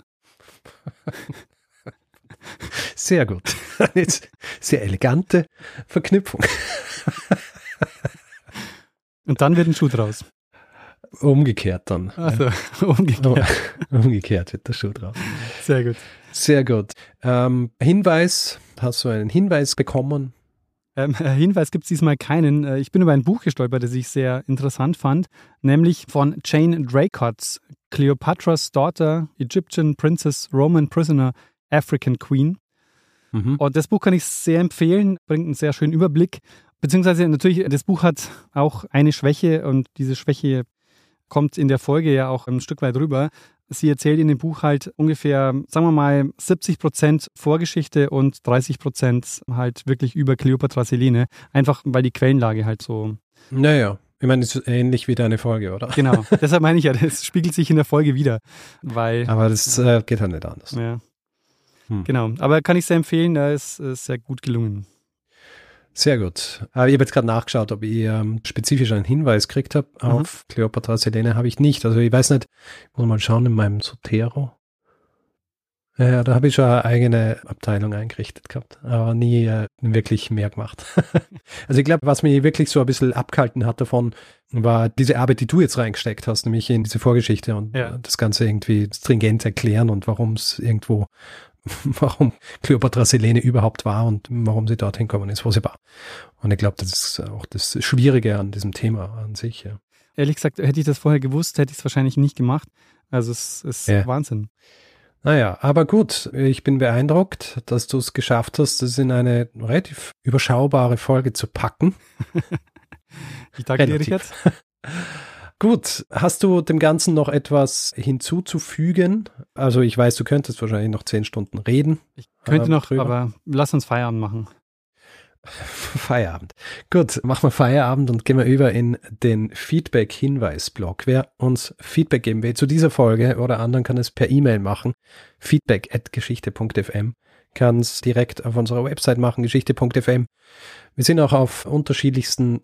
Sehr gut. Jetzt sehr elegante Verknüpfung. Und dann wird ein Schuh draus. Umgekehrt dann. Also, umgekehrt. Umgekehrt wird der Schuh draus. Sehr gut. Sehr gut. Hinweis, hast du einen Hinweis bekommen? Hinweis gibt es diesmal keinen. Ich bin über ein Buch gestolpert, das ich sehr interessant fand, nämlich von Jane Draycott, Cleopatra's Daughter, Egyptian Princess, Roman Prisoner, African Queen. Und das Buch kann ich sehr empfehlen, bringt einen sehr schönen Überblick. Beziehungsweise natürlich, das Buch hat auch eine Schwäche, und diese Schwäche kommt in der Folge ja auch ein Stück weit rüber. Sie erzählt in dem Buch halt ungefähr, sagen wir mal, 70% Vorgeschichte und 30% halt wirklich über Kleopatras Helene. Einfach, weil die Quellenlage halt so... Naja, ich meine, es ist ähnlich wie deine Folge, oder? Genau, deshalb meine ich ja, das spiegelt sich in der Folge wieder. Aber das geht halt nicht anders. Ja. Genau, aber kann ich sehr empfehlen, da ist sehr gut gelungen. Sehr gut. Ich habe jetzt gerade nachgeschaut, ob ich spezifisch einen Hinweis gekriegt habe auf Kleopatras Helene. Habe ich nicht. Also ich weiß nicht, ich muss mal schauen in meinem Zotero. Ja, da habe ich schon eine eigene Abteilung eingerichtet gehabt, aber nie wirklich mehr gemacht. Also ich glaube, was mich wirklich so ein bisschen abgehalten hat davon, war diese Arbeit, die du jetzt reingesteckt hast, nämlich in diese Vorgeschichte und das Ganze irgendwie stringent erklären und warum Kleopatras Helene überhaupt war und warum sie dorthin gekommen ist, wo sie war. Und ich glaube, das ist auch das Schwierige an diesem Thema an sich. Ja. Ehrlich gesagt, hätte ich das vorher gewusst, hätte ich es wahrscheinlich nicht gemacht. Also es ist Wahnsinn. Naja, aber gut, ich bin beeindruckt, dass du es geschafft hast, das in eine relativ überschaubare Folge zu packen. Ich danke dir, Richard. Gut, hast du dem Ganzen noch etwas hinzuzufügen? Also ich weiß, du könntest wahrscheinlich noch 10 Stunden reden. Ich könnte noch, aber lass uns Feierabend machen. Feierabend. Gut, machen wir Feierabend und gehen wir über in den Feedback-Hinweis-Blog. Wer uns Feedback geben will zu dieser Folge oder anderen, kann es per E-Mail machen. feedback@geschichte.fm. Kann es direkt auf unserer Website machen, geschichte.fm. Wir sind auch auf unterschiedlichsten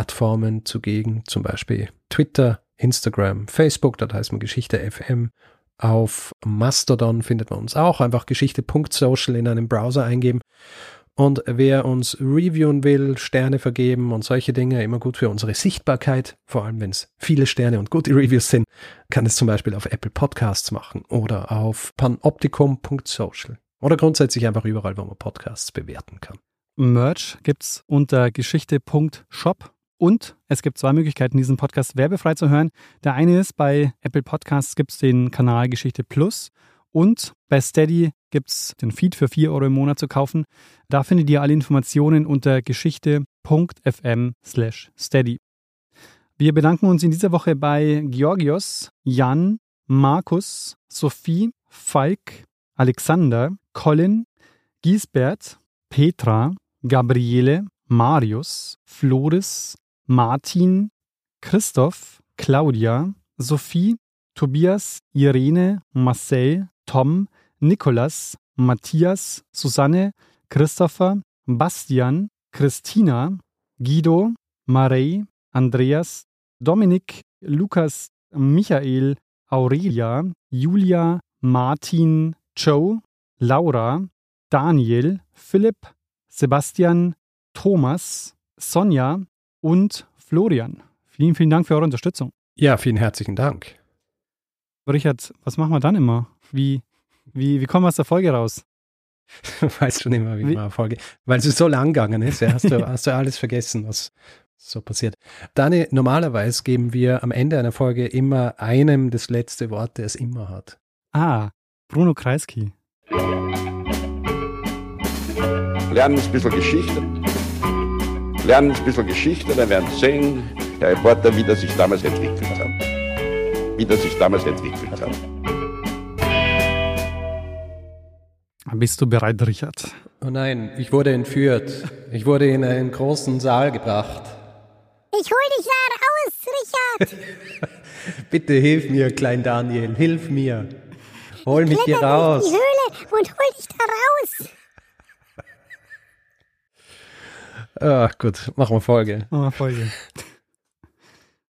Social-Media-Plattformen zugegen, zum Beispiel Twitter, Instagram, Facebook, dort heißt man Geschichte FM, Auf Mastodon findet man uns auch. Einfach geschichte.social in einem Browser eingeben. Und wer uns reviewen will, Sterne vergeben und solche Dinge, immer gut für unsere Sichtbarkeit, vor allem wenn es viele Sterne und gute Reviews sind, kann es zum Beispiel auf Apple Podcasts machen oder auf panoptikum.social oder grundsätzlich einfach überall, wo man Podcasts bewerten kann. Merch gibt's unter geschichte.shop und es gibt 2 Möglichkeiten, diesen Podcast werbefrei zu hören. Der eine ist, bei Apple Podcasts gibt's den Kanal Geschichte Plus und bei Steady gibt's den Feed für 4 € im Monat zu kaufen. Da findet ihr alle Informationen unter geschichte.fm/steady. Wir bedanken uns in dieser Woche bei Georgios, Jan, Markus, Sophie, Falk, Alexander, Colin, Giesbert, Petra, Gabriele, Marius, Floris, Martin, Christoph, Claudia, Sophie, Tobias, Irene, Marcel, Tom, Nikolas, Matthias, Susanne, Christopher, Bastian, Christina, Guido, Marei, Andreas, Dominik, Lukas, Michael, Aurelia, Julia, Martin, Joe, Laura, Daniel, Philipp, Sebastian, Thomas, Sonja und Florian. Vielen, vielen Dank für eure Unterstützung. Ja, vielen herzlichen Dank. Richard, was machen wir dann immer? Wie kommen wir aus der Folge raus? Du weißt schon immer, wie man Folge, weil es so lang gegangen ist, ja, hast du alles vergessen, was so passiert. Dani, normalerweise geben wir am Ende einer Folge immer einem das letzte Wort, der es immer hat. Bruno Kreisky. Lernen ein bisschen Geschichte. Dann werden Sie sehen, der Reporter, wie das sich damals entwickelt hat. Bist du bereit, Richard? Oh nein, ich wurde entführt. Ich wurde in einen großen Saal gebracht. Ich hol dich da raus, Richard. Bitte hilf mir, Klein Daniel, hilf mir. Hol mich hier raus. In die Höhle und hol dich da raus. Gut, machen wir Folge.